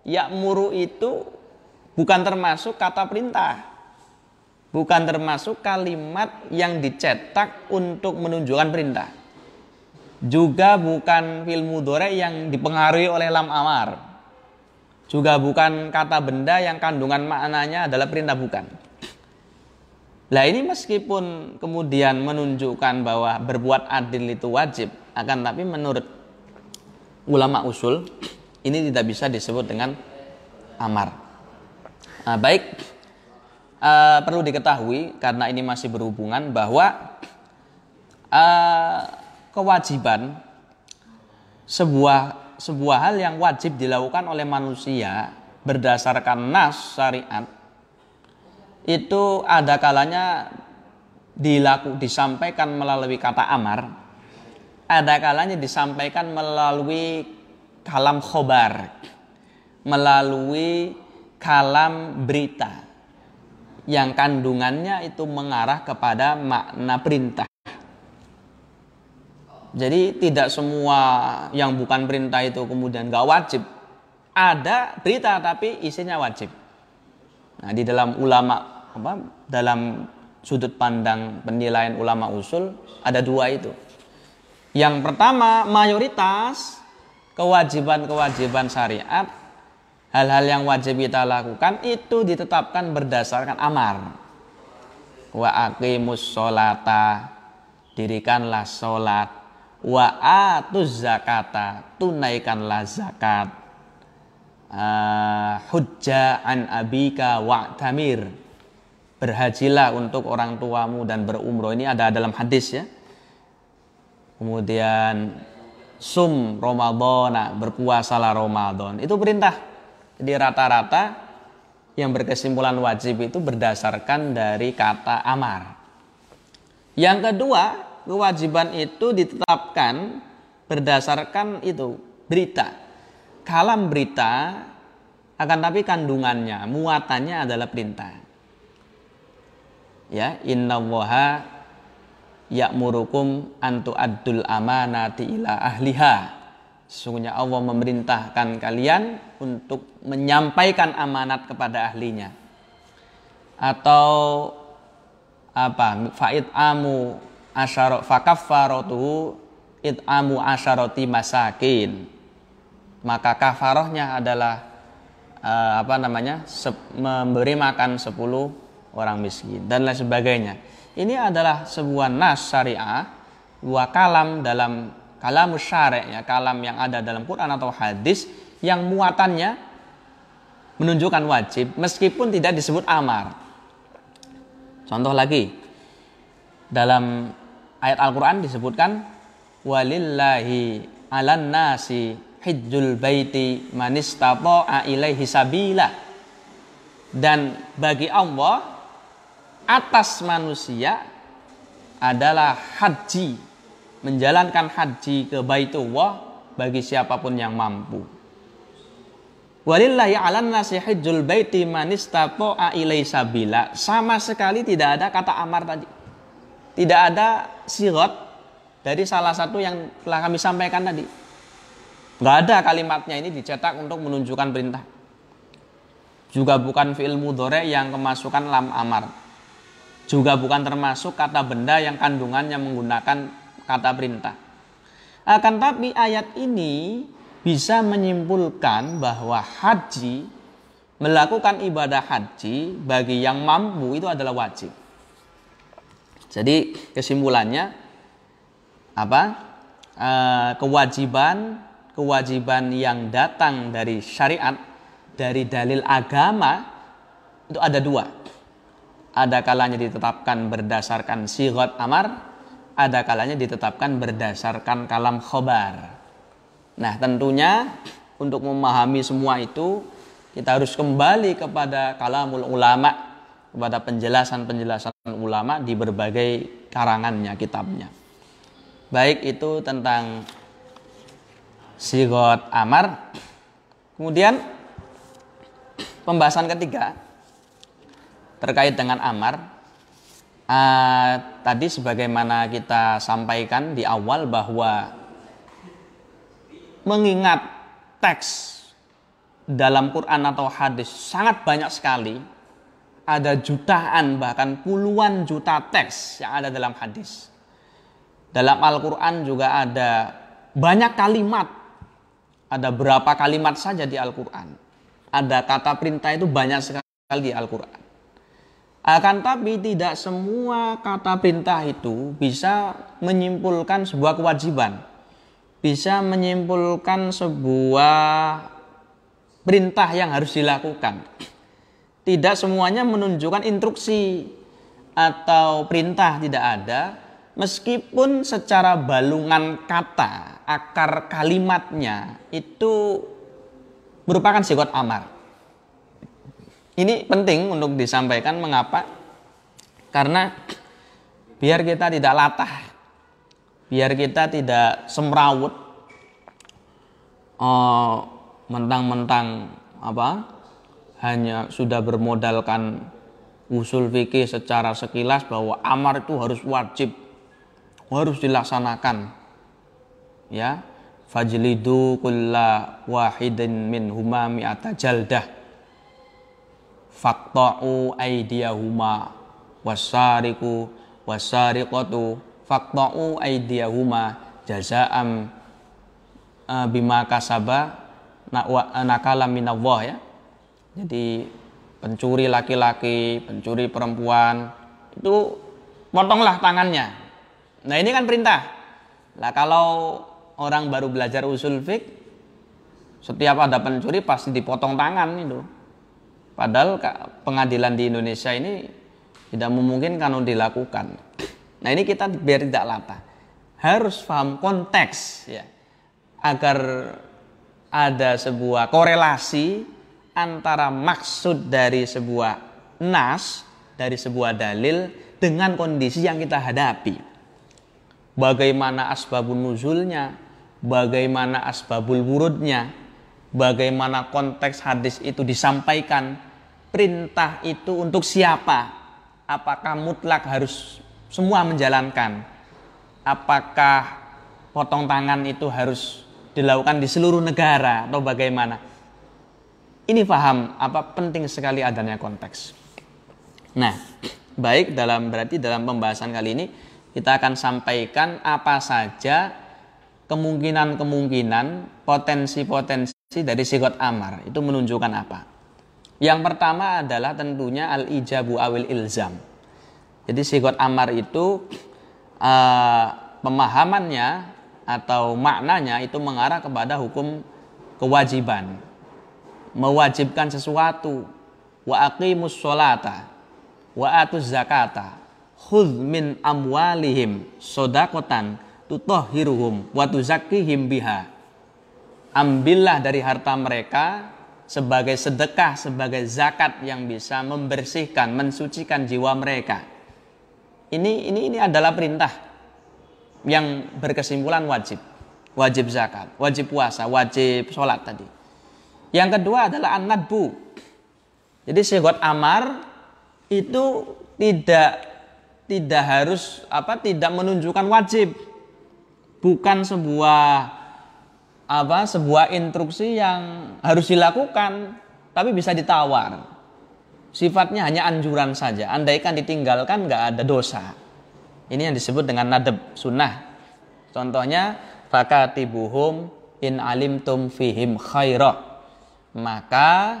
Ya'muru itu bukan termasuk kata perintah. Bukan termasuk kalimat yang dicetak untuk menunjukkan perintah. Juga bukan fi'il mudhari yang dipengaruhi oleh lam amar. Juga bukan kata benda yang kandungan maknanya adalah perintah, bukan. Nah ini meskipun kemudian menunjukkan bahwa berbuat adil itu wajib, akan tapi menurut ulama usul ini tidak bisa disebut dengan amar. Nah, baik, uh, perlu diketahui karena ini masih berhubungan bahwa uh, kewajiban sebuah sebuah hal yang wajib dilakukan oleh manusia berdasarkan nas syariat itu ada kalanya dilaku disampaikan melalui kata amar, ada kalanya disampaikan melalui kalam khobar, melalui kalam berita yang kandungannya itu mengarah kepada makna perintah. Jadi tidak semua yang bukan perintah itu kemudian gak wajib. Ada berita tapi isinya wajib. Nah di dalam ulama apa, dalam sudut pandang penilaian ulama usul ada dua itu. Yang pertama, mayoritas kewajiban-kewajiban syariat, hal-hal yang wajib kita lakukan itu ditetapkan berdasarkan amar. Wa aqimus sholata, dirikanlah sholat. Wa atuz zakata, tunaikanlah zakat. Uh, hujja an abika wa'tamir, berhajilah untuk orang tuamu dan berumroh. Ini ada dalam hadis ya. Kemudian sum Ramadhana, berpuasalah Ramadan. Itu perintah. Jadi rata-rata yang berkesimpulan wajib itu berdasarkan dari kata amar. Yang kedua, kewajiban itu ditetapkan berdasarkan itu berita. Kalam berita, akan tapi kandungannya, muatannya adalah perintah. Ya, innallaha ya'murukum an tu'addul amanati ila ahliha. Sesungguhnya Allah memerintahkan kalian untuk menyampaikan amanat kepada ahlinya. Atau apa? Fa'id amu asyara fakaffaratuhu it'amu asyarati masakin. Maka kafarohnya adalah uh, apa namanya? Sep, memberi makan sepuluh orang miskin dan lain sebagainya. Ini adalah sebuah nas syariah, dua kalam dalam kalamus syari', ya, kalam yang ada dalam Quran atau hadis yang muatannya menunjukkan wajib meskipun tidak disebut amar. Contoh lagi, dalam ayat Al-Quran disebutkan walillahi 'alan nasi hijjul baiti man istata'a ilaihi sabila, dan bagi Allah atas manusia adalah haji, menjalankan haji ke Baitullah bagi siapapun yang mampu. Walillahi 'alan nasi hijjul baiti man istata'a ilaihi sabila, sama sekali tidak ada kata amar tadi. Tidak ada sirat dari salah satu yang telah kami sampaikan tadi. Nggak ada kalimatnya ini dicetak untuk menunjukkan perintah. Juga bukan fi'il mudhari yang kemasukan lam amar. Juga bukan termasuk kata benda yang kandungannya menggunakan kata perintah. Akan tapi ayat ini bisa menyimpulkan bahwa haji, melakukan ibadah haji bagi yang mampu itu adalah wajib. Jadi kesimpulannya apa? E, kewajiban kewajiban yang datang dari syariat, dari dalil agama itu ada dua. Ada kalanya ditetapkan berdasarkan sighat amar, ada kalanya ditetapkan berdasarkan kalam khobar. Nah tentunya untuk memahami semua itu kita harus kembali kepada kalamul ulama, kepada penjelasan-penjelasan ulama di berbagai karangannya, kitabnya. Baik itu tentang sighat amar. Kemudian pembahasan ketiga terkait dengan amar. Uh, tadi sebagaimana kita sampaikan di awal bahwa mengingat teks dalam Quran atau hadis sangat banyak sekali. Ada jutaan bahkan puluhan juta teks yang ada dalam hadis. Dalam Al-Quran juga ada banyak kalimat. Ada berapa kalimat saja di Al-Quran. Ada kata perintah itu banyak sekali di Al-Quran. Akan tapi tidak semua kata perintah itu bisa menyimpulkan sebuah kewajiban. Bisa menyimpulkan sebuah perintah yang harus dilakukan. Tidak semuanya menunjukkan instruksi atau perintah, tidak ada. Meskipun secara balungan kata, akar kalimatnya itu merupakan sigot amar. Ini penting untuk disampaikan. Mengapa? Karena biar kita tidak latah, biar kita tidak semrawut, oh, mentang-mentang apa? Hanya sudah bermodalkan usul fikih secara sekilas bahwa amar itu harus wajib, harus dilaksanakan. Ya, fajlidu kulla wahidin min huma mi'ata jaldah, faqta'u aydiyahuma wasariqu wasariqatu faqta'u aydiyahuma jazaa'am bima kasaba nakala minallah, ya. Jadi pencuri laki-laki, pencuri perempuan, itu potonglah tangannya. Nah ini kan perintah. Nah kalau orang baru belajar usul fiqh, setiap ada pencuri pasti dipotong tangan itu. Padahal pengadilan di Indonesia ini tidak memungkinkan untuk dilakukan. Nah ini kita biar tidak latah, harus paham konteks, ya, agar ada sebuah korelasi antara maksud dari sebuah nas, dari sebuah dalil dengan kondisi yang kita hadapi. Bagaimana asbabun nuzulnya, bagaimana asbabul wurudnya, bagaimana konteks hadis itu disampaikan, perintah itu untuk siapa, apakah mutlak harus semua menjalankan, apakah potong tangan itu harus dilakukan di seluruh negara atau bagaimana. Ini paham apa penting sekali adanya konteks. Nah, baik, dalam berarti dalam pembahasan kali ini kita akan sampaikan apa saja kemungkinan-kemungkinan, potensi-potensi dari sigot amar. Itu menunjukkan apa? Yang pertama adalah tentunya al-ijabu awil ilzam. Jadi sigot amar itu uh, pemahamannya atau maknanya itu mengarah kepada hukum kewajiban. Mewajibkan sesuatu. Wa aqimus sholata wa atuz zakata khudh min amwalihim shadaqatan tutahhiruhum wa tuzakkihim biha. Ambillah dari harta mereka sebagai sedekah, sebagai zakat yang bisa membersihkan, mensucikan jiwa mereka. Ini ini ini adalah perintah yang berkesimpulan wajib. Wajib zakat, wajib puasa, wajib sholat tadi. Yang kedua adalah an-nadbu. Jadi sigot amar itu tidak tidak harus apa tidak menunjukkan wajib. Bukan sebuah apa sebuah instruksi yang harus dilakukan, tapi bisa ditawar. Sifatnya hanya anjuran saja. Andaikan ditinggalkan nggak ada dosa. Ini yang disebut dengan nadab sunnah. Contohnya fakatibuhum in alimtum fihim khaira. Maka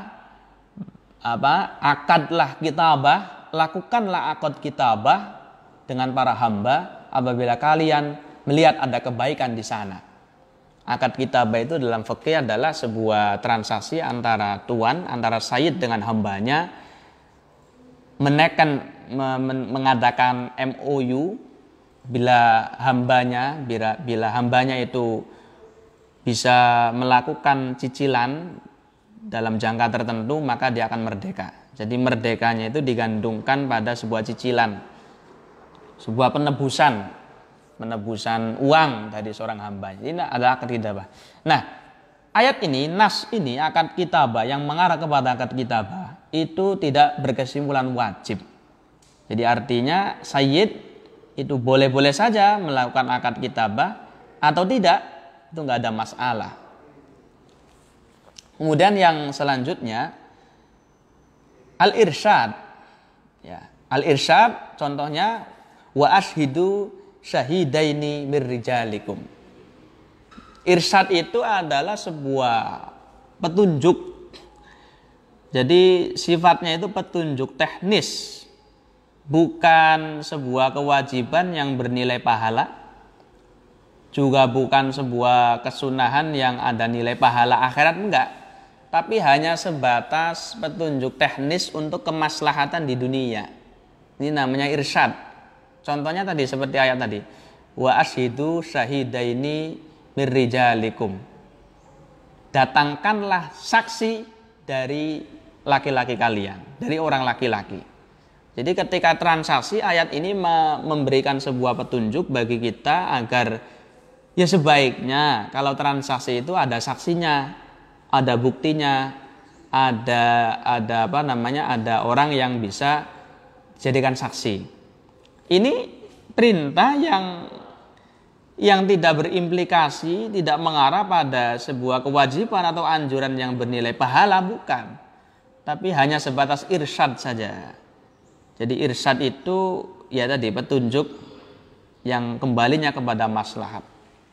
apa akadlah kitabah, lakukanlah akad kitabah dengan para hamba apabila kalian melihat ada kebaikan di sana. Akad kitabah itu dalam fikih adalah sebuah transaksi antara tuan, antara sayyid dengan hambanya, menekan mengadakan M O U bila hambanya bila, bila hambanya itu bisa melakukan cicilan dalam jangka tertentu, maka dia akan merdeka. Jadi merdekanya itu digandungkan pada sebuah cicilan, sebuah penebusan, penebusan uang dari seorang hamba. Ini adalah akad kitabah. Nah, ayat ini, nas ini, akad kitabah yang mengarah kepada akad kitabah itu tidak berkesimpulan wajib. Jadi artinya sayyid itu boleh-boleh saja melakukan akad kitabah atau tidak, itu nggak ada masalah. Kemudian yang selanjutnya al-irsyad. Ya, al-irsyad contohnya wa ashidu syahidaini mirrijalikum. Irsyad itu adalah sebuah petunjuk. Jadi sifatnya itu petunjuk teknis, bukan sebuah kewajiban yang bernilai pahala, juga bukan sebuah kesunahan yang ada nilai pahala akhirat, enggak. Tapi hanya sebatas petunjuk teknis untuk kemaslahatan di dunia. Ini namanya irsyad. Contohnya tadi seperti ayat tadi. Wa ashidu syahidaini mirrijalikum. Datangkanlah saksi dari laki-laki kalian, dari orang laki-laki. Jadi ketika transaksi, ayat ini memberikan sebuah petunjuk bagi kita agar ya sebaiknya kalau transaksi itu ada saksinya, ada buktinya, ada ada apa namanya, ada orang yang bisa jadikan saksi. Ini perintah yang yang tidak berimplikasi, tidak mengarah pada sebuah kewajiban atau anjuran yang bernilai pahala, bukan. Tapi hanya sebatas irsyad saja. Jadi irsyad itu ya tadi petunjuk yang kembalinya kepada maslahat.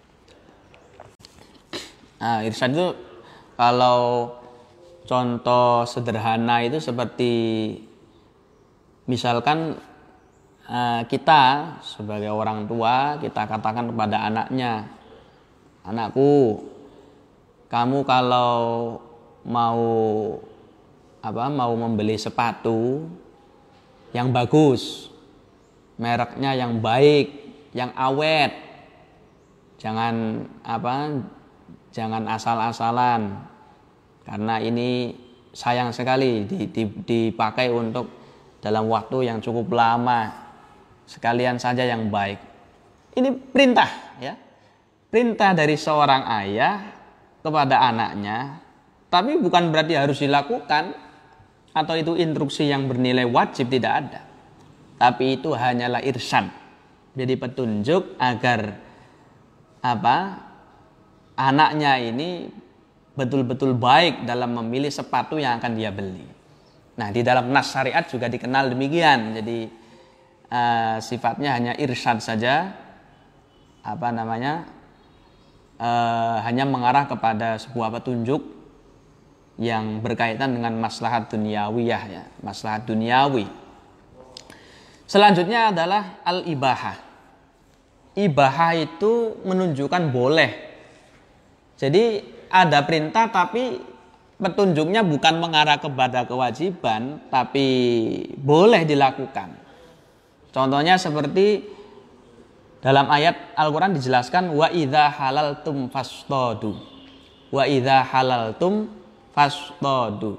Nah, irsyad itu kalau contoh sederhana itu seperti misalkan uh, kita sebagai orang tua, kita katakan kepada anaknya, anakku, kamu kalau mau apa mau membeli sepatu yang bagus, mereknya yang baik, yang awet, jangan apa jangan asal-asalan, karena ini sayang sekali dipakai untuk dalam waktu yang cukup lama, sekalian saja yang baik. Ini perintah, ya, perintah dari seorang ayah kepada anaknya, tapi bukan berarti harus dilakukan atau itu instruksi yang bernilai wajib, tidak ada. Tapi itu hanyalah irsyad, jadi petunjuk agar apa anaknya ini betul-betul baik dalam memilih sepatu yang akan dia beli. Nah, di dalam nas syariat juga dikenal demikian. Jadi uh, sifatnya hanya irsyad saja, apa namanya, uh, hanya mengarah kepada sebuah petunjuk yang berkaitan dengan maslahat duniawiyah, ya, maslahat duniawi. Selanjutnya adalah al-ibahah. Ibahah itu menunjukkan boleh. Jadi ada perintah tapi petunjuknya bukan mengarah kepada kewajiban, tapi boleh dilakukan. Contohnya seperti dalam ayat Al-Quran dijelaskan wa idza halaltum fashtadu. Wa idza halaltum fashtadu.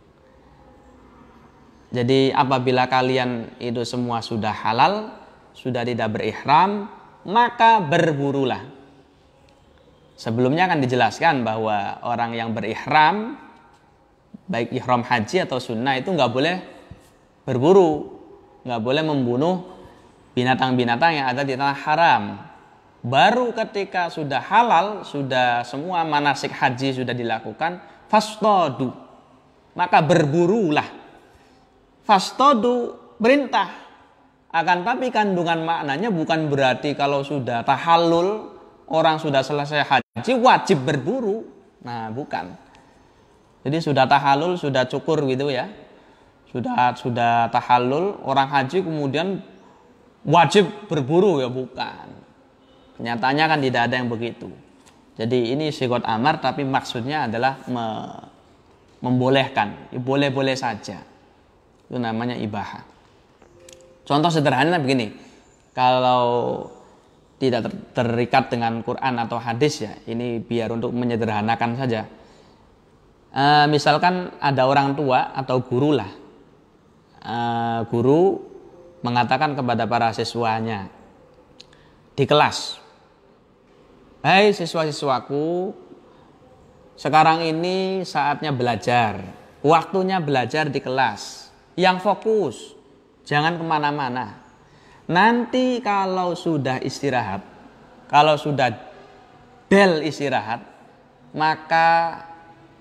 Jadi apabila kalian itu semua sudah halal, sudah tidak berihram, maka berburulah. Sebelumnya akan dijelaskan bahwa orang yang berihram, baik ihram haji atau sunnah, itu nggak boleh berburu, nggak boleh membunuh binatang-binatang yang ada di tanah haram. Baru ketika sudah halal, sudah semua manasik haji sudah dilakukan, fashtadu, maka berburulah. Fashtadu perintah, akan tapi kandungan maknanya bukan berarti kalau sudah tahallul, orang sudah selesai haji wajib berburu. Nah, bukan. Jadi sudah tahallul, sudah cukur gitu ya. Sudah sudah tahallul, orang haji kemudian wajib berburu, ya bukan. Kenyataannya kan tidak ada yang begitu. Jadi ini sigot amar tapi maksudnya adalah me, membolehkan. Boleh-boleh saja. Itu namanya ibahah. Contoh sederhana begini. Kalau tidak ter- terikat dengan Quran atau hadis, ya, ini biar untuk menyederhanakan saja. E, misalkan ada orang tua atau guru lah, e, guru mengatakan kepada para siswanya di kelas, hai siswa-siswaku, sekarang ini saatnya belajar, waktunya belajar di kelas, yang fokus, jangan kemana-mana. Nanti kalau sudah istirahat, kalau sudah bel istirahat, maka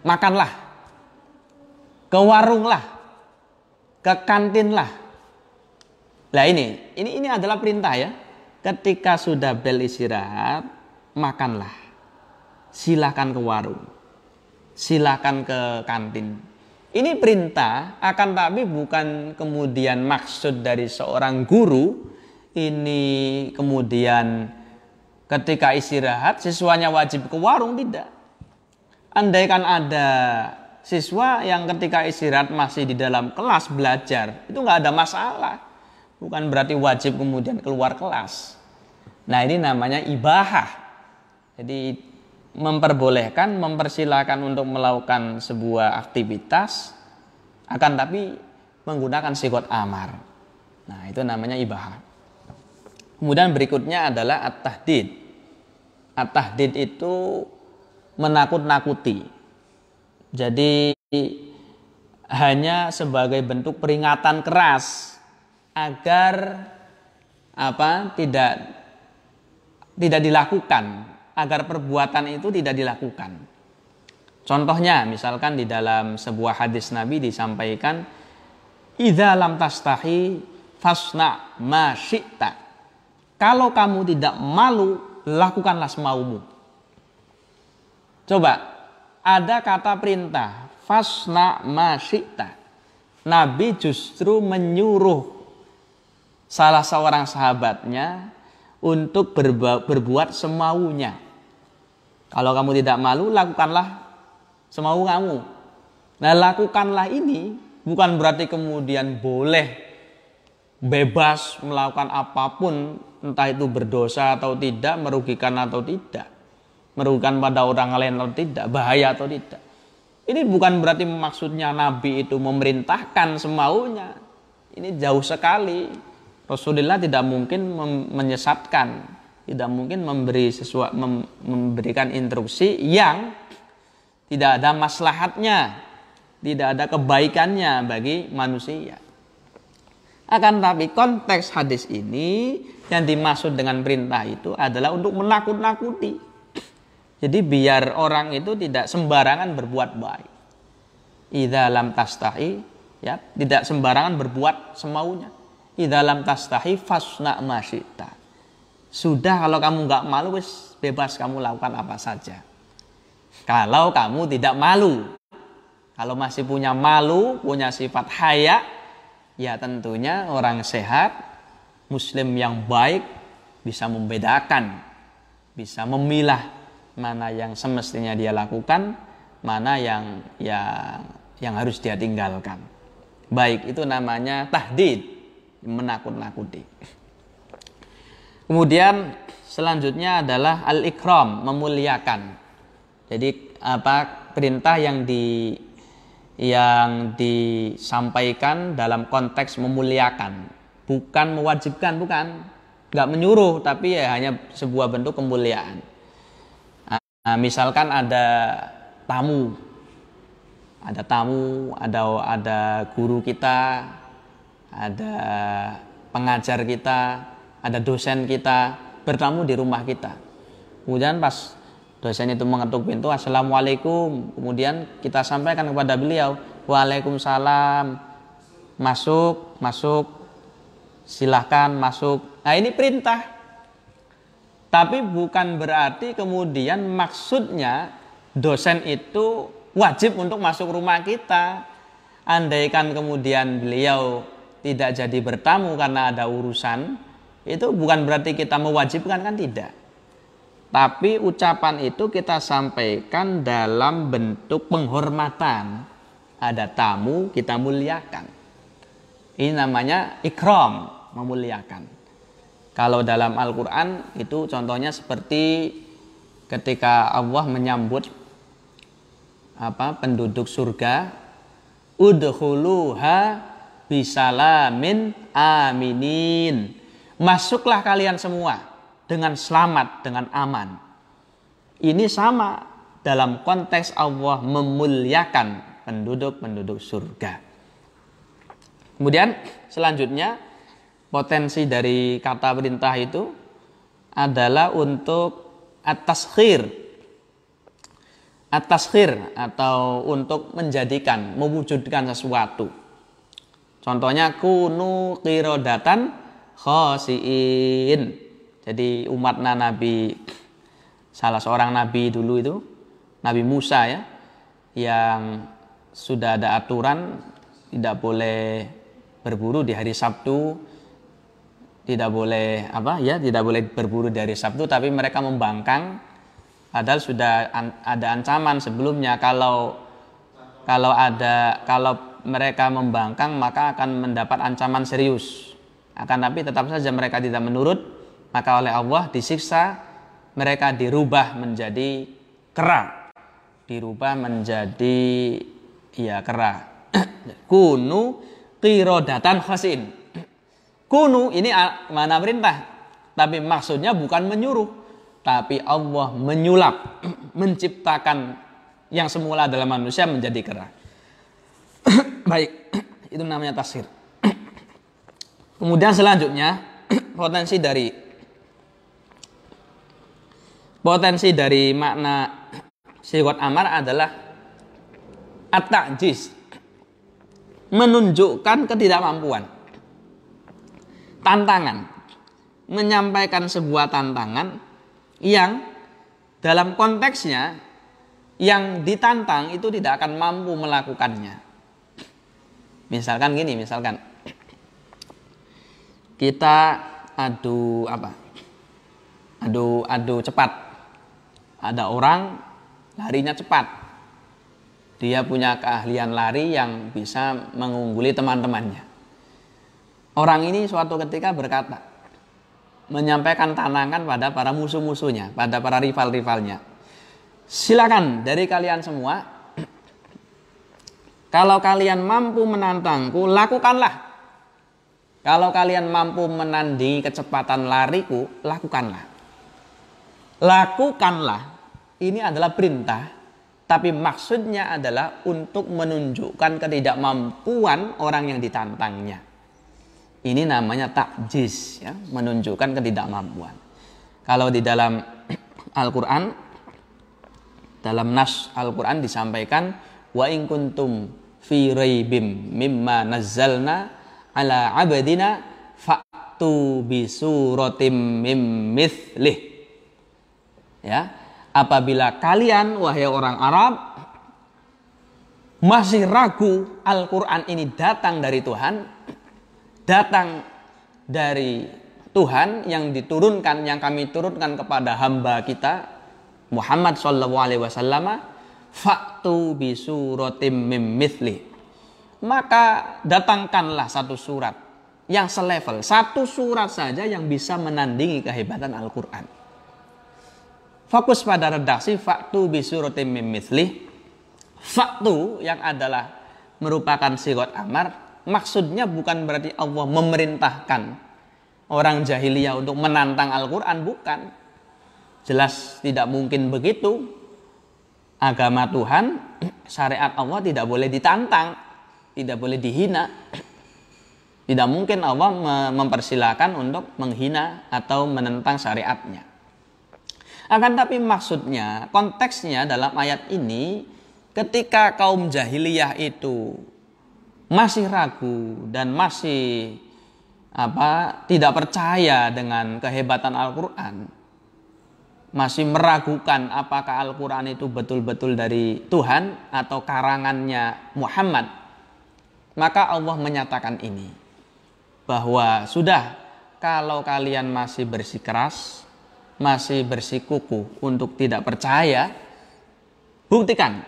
makanlah, ke warung lah, ke kantin lah. Nah ini, ini ini adalah perintah ya. Ketika sudah bel istirahat, makanlah. Silakan ke warung, silakan ke kantin. Ini perintah, akan tapi bukan kemudian maksud dari seorang guru. Ini kemudian ketika istirahat siswanya wajib ke warung, tidak. Andaikan ada siswa yang ketika istirahat masih di dalam kelas belajar, itu nggak ada masalah. Bukan berarti wajib kemudian keluar kelas. Nah ini namanya ibahah. Jadi memperbolehkan, mempersilahkan untuk melakukan sebuah aktivitas, akan tapi menggunakan sigot amar. Nah itu namanya ibahah. Kemudian berikutnya adalah at-tahdid. At-tahdid itu menakut-nakuti. Jadi hanya sebagai bentuk peringatan keras agar apa tidak tidak dilakukan, agar perbuatan itu tidak dilakukan. Contohnya misalkan di dalam sebuah hadis Nabi disampaikan, idza lam tastahi fasna ma syi'ta. Kalau kamu tidak malu, lakukanlah semaumu. Coba, ada kata perintah, fasna ma syi'ta. Nabi justru menyuruh salah seorang sahabatnya untuk berbu- berbuat semaunya. Kalau kamu tidak malu, lakukanlah semau kamu. Nah, lakukanlah ini bukan berarti kemudian boleh bebas melakukan apapun, entah itu berdosa atau tidak, merugikan atau tidak, merugikan pada orang lain atau tidak, bahaya atau tidak. Ini bukan berarti maksudnya Nabi itu memerintahkan semaunya. Ini jauh sekali. Rasulullah tidak mungkin mem- menyesatkan, tidak mungkin memberi sesuatu, mem- memberikan instruksi yang tidak ada maslahatnya, tidak ada kebaikannya bagi manusia. Akan tapi konteks hadis ini yang dimaksud dengan perintah itu adalah untuk menakut-nakuti. Jadi biar orang itu tidak sembarangan berbuat baik. Idza lam tastahi, ya, tidak sembarangan berbuat semaunya. Idza lam tastahi fasna ma syi'ta. Sudah, kalau kamu nggak malu, wis bebas kamu lakukan apa saja. Kalau kamu tidak malu, kalau masih punya malu, punya sifat haya, ya tentunya orang sehat, muslim yang baik bisa membedakan, bisa memilah mana yang semestinya dia lakukan, mana yang yang yang harus dia tinggalkan. Baik, itu namanya tahdid, menakut-nakuti. Kemudian selanjutnya adalah al-ikram, memuliakan. Jadi apa perintah yang di yang disampaikan dalam konteks memuliakan, bukan mewajibkan, bukan, nggak menyuruh, tapi ya hanya sebuah bentuk kemuliaan. Nah, misalkan ada tamu, ada tamu, ada ada guru kita, ada pengajar kita, ada dosen kita bertamu di rumah kita. Kemudian pas dosen itu mengetuk pintu, assalamualaikum, kemudian kita sampaikan kepada beliau, waalaikumsalam, masuk, masuk, silahkan masuk. Nah ini perintah, tapi bukan berarti kemudian maksudnya dosen itu wajib untuk masuk rumah kita. Andaikan kemudian beliau tidak jadi bertamu karena ada urusan, itu bukan berarti kita mewajibkan, kan tidak. Tapi ucapan itu kita sampaikan dalam bentuk penghormatan. Ada tamu, kita muliakan. Ini namanya ikram, memuliakan. Kalau dalam Al-Quran itu contohnya seperti ketika Allah menyambut apa penduduk surga, udkhuluha bisalamin aminin. Masuklah kalian semua dengan selamat, dengan aman. Ini sama dalam konteks Allah memuliakan penduduk-penduduk surga. Kemudian selanjutnya potensi dari kata perintah itu adalah untuk at-taskhir, at-taskhir atau untuk menjadikan, mewujudkan sesuatu. Contohnya kunu qiradatan khasiin. Jadi umatnya Nabi, salah seorang nabi dulu itu Nabi Musa ya, yang sudah ada aturan tidak boleh berburu di hari Sabtu, tidak boleh apa ya, tidak boleh berburu di hari Sabtu, tapi mereka membangkang, padahal sudah an, ada ancaman sebelumnya kalau kalau ada kalau mereka membangkang maka akan mendapat ancaman serius. Akan tapi tetap saja mereka tidak menurut, maka oleh Allah disiksa, mereka dirubah menjadi kera, dirubah menjadi ya kera. Kunu qiradatan khasin. Kunu ini mana perintah, tapi maksudnya bukan menyuruh, tapi Allah menyulap, menciptakan yang semula adalah manusia menjadi kera. Baik, itu namanya taskhir. Kemudian selanjutnya potensi dari potensi dari makna sighat amar adalah at-ta'jiz, menunjukkan ketidakmampuan, tantangan, menyampaikan sebuah tantangan yang dalam konteksnya yang ditantang itu tidak akan mampu melakukannya. Misalkan gini, misalkan kita adu apa? Adu adu cepat. Ada orang larinya cepat. Dia punya keahlian lari yang bisa mengungguli teman-temannya. Orang ini suatu ketika berkata, menyampaikan tantangan pada para musuh-musuhnya, pada para rival-rivalnya. Silakan dari kalian semua, kalau kalian mampu menantangku, lakukanlah. Kalau kalian mampu menandingi kecepatan lariku, lakukanlah. Lakukanlah. Ini adalah perintah, tapi maksudnya adalah untuk menunjukkan ketidakmampuan orang yang ditantangnya. Ini namanya ta'jiz, ya, menunjukkan ketidakmampuan. Kalau di dalam Al-Quran, dalam nas Al-Quran disampaikan, wa in kuntum fi raibim mimma nazzalna ala abdina fa'tu bi suratim mim mithlih. Ya, apabila kalian wahai orang Arab masih ragu Al-Quran ini datang dari Tuhan, datang dari Tuhan yang diturunkan, yang kami turunkan kepada hamba kita Muhammad sallallahu alaihi wasallam, fa'tu bi suratim mim mithlih. Maka datangkanlah satu surat yang selevel, satu surat saja yang bisa menandingi kehebatan Al-Quran. Fokus pada redaksi fa'tu bi suratim mim mithlih. Fa'tu yang adalah merupakan sighat amar, maksudnya bukan berarti Allah memerintahkan orang jahiliyah untuk menantang Al-Quran, bukan. Jelas tidak mungkin begitu. Agama Tuhan, syariat Allah tidak boleh ditantang, tidak boleh dihina. Tidak mungkin Allah mempersilahkan untuk menghina atau menentang syariatnya. Akan tapi maksudnya, konteksnya dalam ayat ini, ketika kaum jahiliyah itu masih ragu dan masih apa tidak percaya dengan kehebatan Al-Quran, masih meragukan apakah Al-Quran itu betul-betul dari Tuhan atau karangannya Muhammad, maka Allah menyatakan ini, bahwa sudah, kalau kalian masih bersikeras, masih bersikukuh untuk tidak percaya, buktikan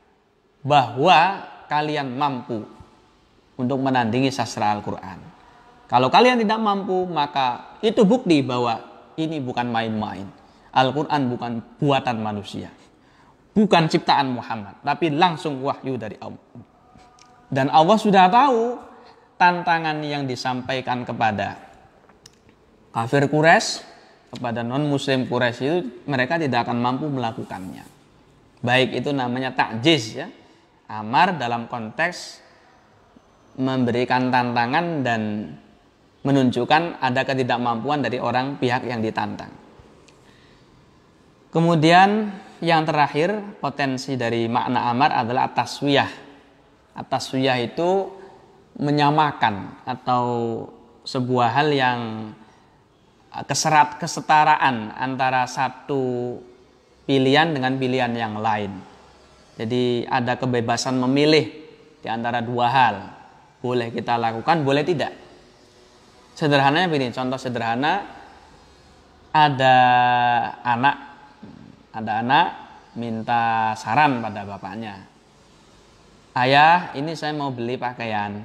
bahwa kalian mampu untuk menandingi sastra Al-Quran. Kalau kalian tidak mampu, maka itu bukti bahwa ini bukan main-main. Al-Quran bukan buatan manusia, bukan ciptaan Muhammad, tapi langsung wahyu dari Allah. Dan Allah sudah tahu tantangan yang disampaikan kepada kafir Quraisy, kepada non-muslim Quraisy itu, mereka tidak akan mampu melakukannya. Baik itu namanya ta'jiz, ya, amar dalam konteks memberikan tantangan dan menunjukkan ada ketidakmampuan dari orang pihak yang ditantang. Kemudian yang terakhir, potensi dari makna amar adalah at-taswiyah. At-taswiyah itu menyamakan atau sebuah hal yang keserat kesetaraan antara satu pilihan dengan pilihan yang lain. Jadi ada kebebasan memilih di antara dua hal. Boleh kita lakukan, boleh tidak. Sederhananya begini, contoh sederhana, ada anak, ada anak minta saran pada bapaknya. Ayah, ini saya mau beli pakaian.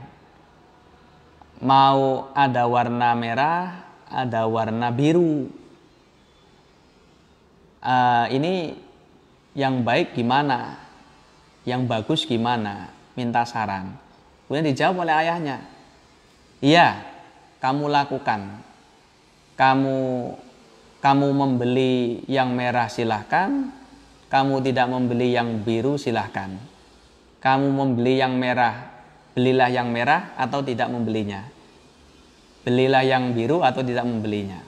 Mau ada warna merah, ada warna biru. Uh, ini yang baik gimana? Yang bagus gimana? Minta saran. Kemudian dijawab oleh ayahnya. Iya, kamu lakukan. Kamu kamu membeli yang merah silahkan. Kamu tidak membeli yang biru silahkan. Kamu membeli yang merah, belilah yang merah atau tidak membelinya. Belilah yang biru atau tidak membelinya.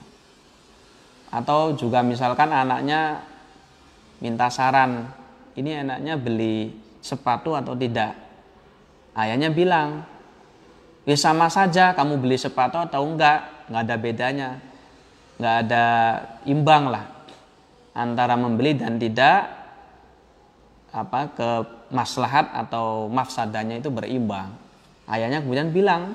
Atau juga misalkan anaknya minta saran, ini anaknya beli sepatu atau tidak. Ayahnya bilang, ya sama saja kamu beli sepatu atau enggak, enggak ada bedanya. Enggak ada imbang lah antara membeli dan tidak, apa kemaslahat atau mafsadanya itu berimbang. Ayahnya kemudian bilang,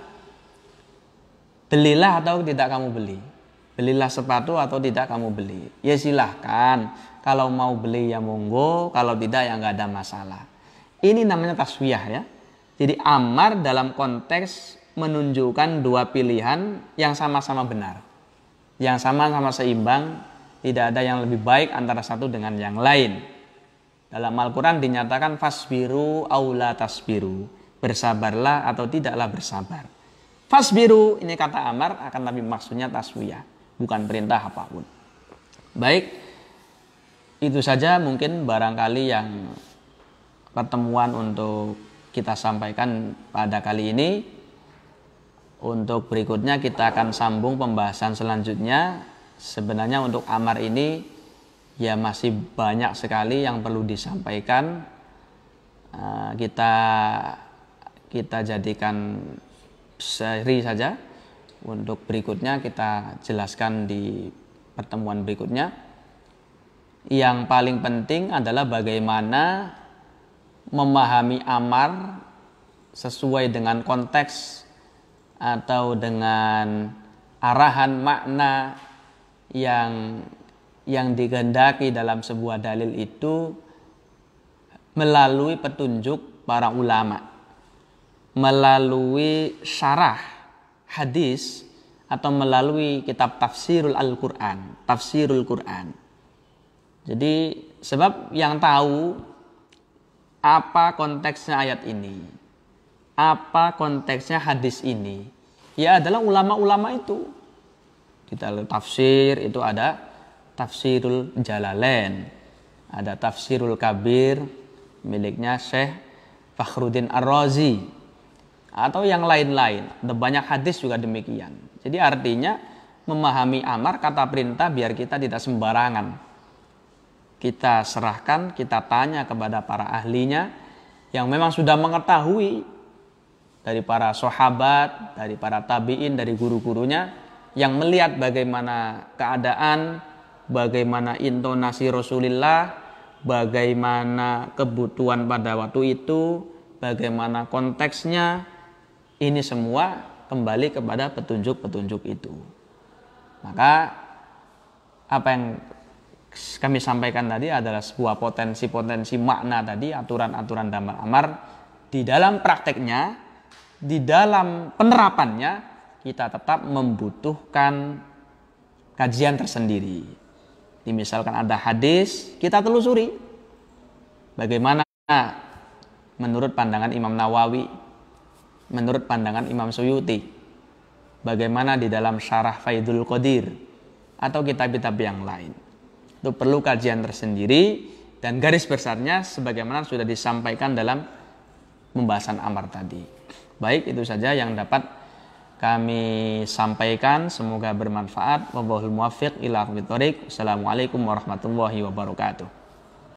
belilah atau tidak kamu beli. Belilah sepatu atau tidak kamu beli. Ya silahkan. Kalau mau beli ya monggo. Kalau tidak ya nggak ada masalah. Ini namanya taswiyah ya. Jadi amar dalam konteks menunjukkan dua pilihan yang sama-sama benar. Yang sama-sama seimbang. Tidak ada yang lebih baik antara satu dengan yang lain. Dalam Al-Quran dinyatakan fasbiru aula tasbiru. Bersabarlah atau tidaklah bersabar. Fasbiru ini kata amar, akan tapi maksudnya taswiyah, bukan perintah apapun. Baik, itu saja mungkin barangkali yang pertemuan untuk kita sampaikan pada kali ini. Untuk berikutnya kita akan sambung pembahasan selanjutnya. Sebenarnya untuk amar ini ya masih banyak sekali yang perlu disampaikan. Kita kita jadikan seri saja. Untuk berikutnya kita jelaskan di pertemuan berikutnya. Yang paling penting adalah bagaimana memahami amar sesuai dengan konteks atau dengan arahan makna yang yang dikehendaki dalam sebuah dalil itu melalui petunjuk para ulama, melalui syarah hadis atau melalui kitab tafsirul Al-Quran, tafsirul Quran. Jadi sebab yang tahu apa konteksnya ayat ini, apa konteksnya hadis ini, ya adalah ulama-ulama itu. Di dalam tafsir itu ada tafsirul Jalalain, ada tafsirul Kabir miliknya Syekh Fakhruddin Ar-Razi, atau yang lain-lain. Ada banyak hadis juga demikian. Jadi artinya memahami amar, kata perintah, biar kita tidak sembarangan. Kita serahkan, kita tanya kepada para ahlinya yang memang sudah mengetahui, dari para sahabat, dari para tabi'in, dari guru-gurunya, yang melihat bagaimana keadaan, bagaimana intonasi Rasulullah, bagaimana kebutuhan pada waktu itu, bagaimana konteksnya. Ini semua kembali kepada petunjuk-petunjuk itu. Maka apa yang kami sampaikan tadi adalah sebuah potensi-potensi makna tadi, aturan-aturan dalam amar. Di dalam prakteknya, di dalam penerapannya, kita tetap membutuhkan kajian tersendiri. Jadi misalkan ada hadis, kita telusuri bagaimana menurut pandangan Imam Nawawi, menurut pandangan Imam Suyuti, bagaimana di dalam syarah Faidul Qadir atau kitab-kitab yang lain. Itu perlu kajian tersendiri, dan garis besarnya sebagaimana sudah disampaikan dalam pembahasan amar tadi. Baik, itu saja yang dapat kami sampaikan. Semoga bermanfaat. Wallahul muwaffiq ila aqwamit thoriq. Assalamualaikum warahmatullahi wabarakatuh.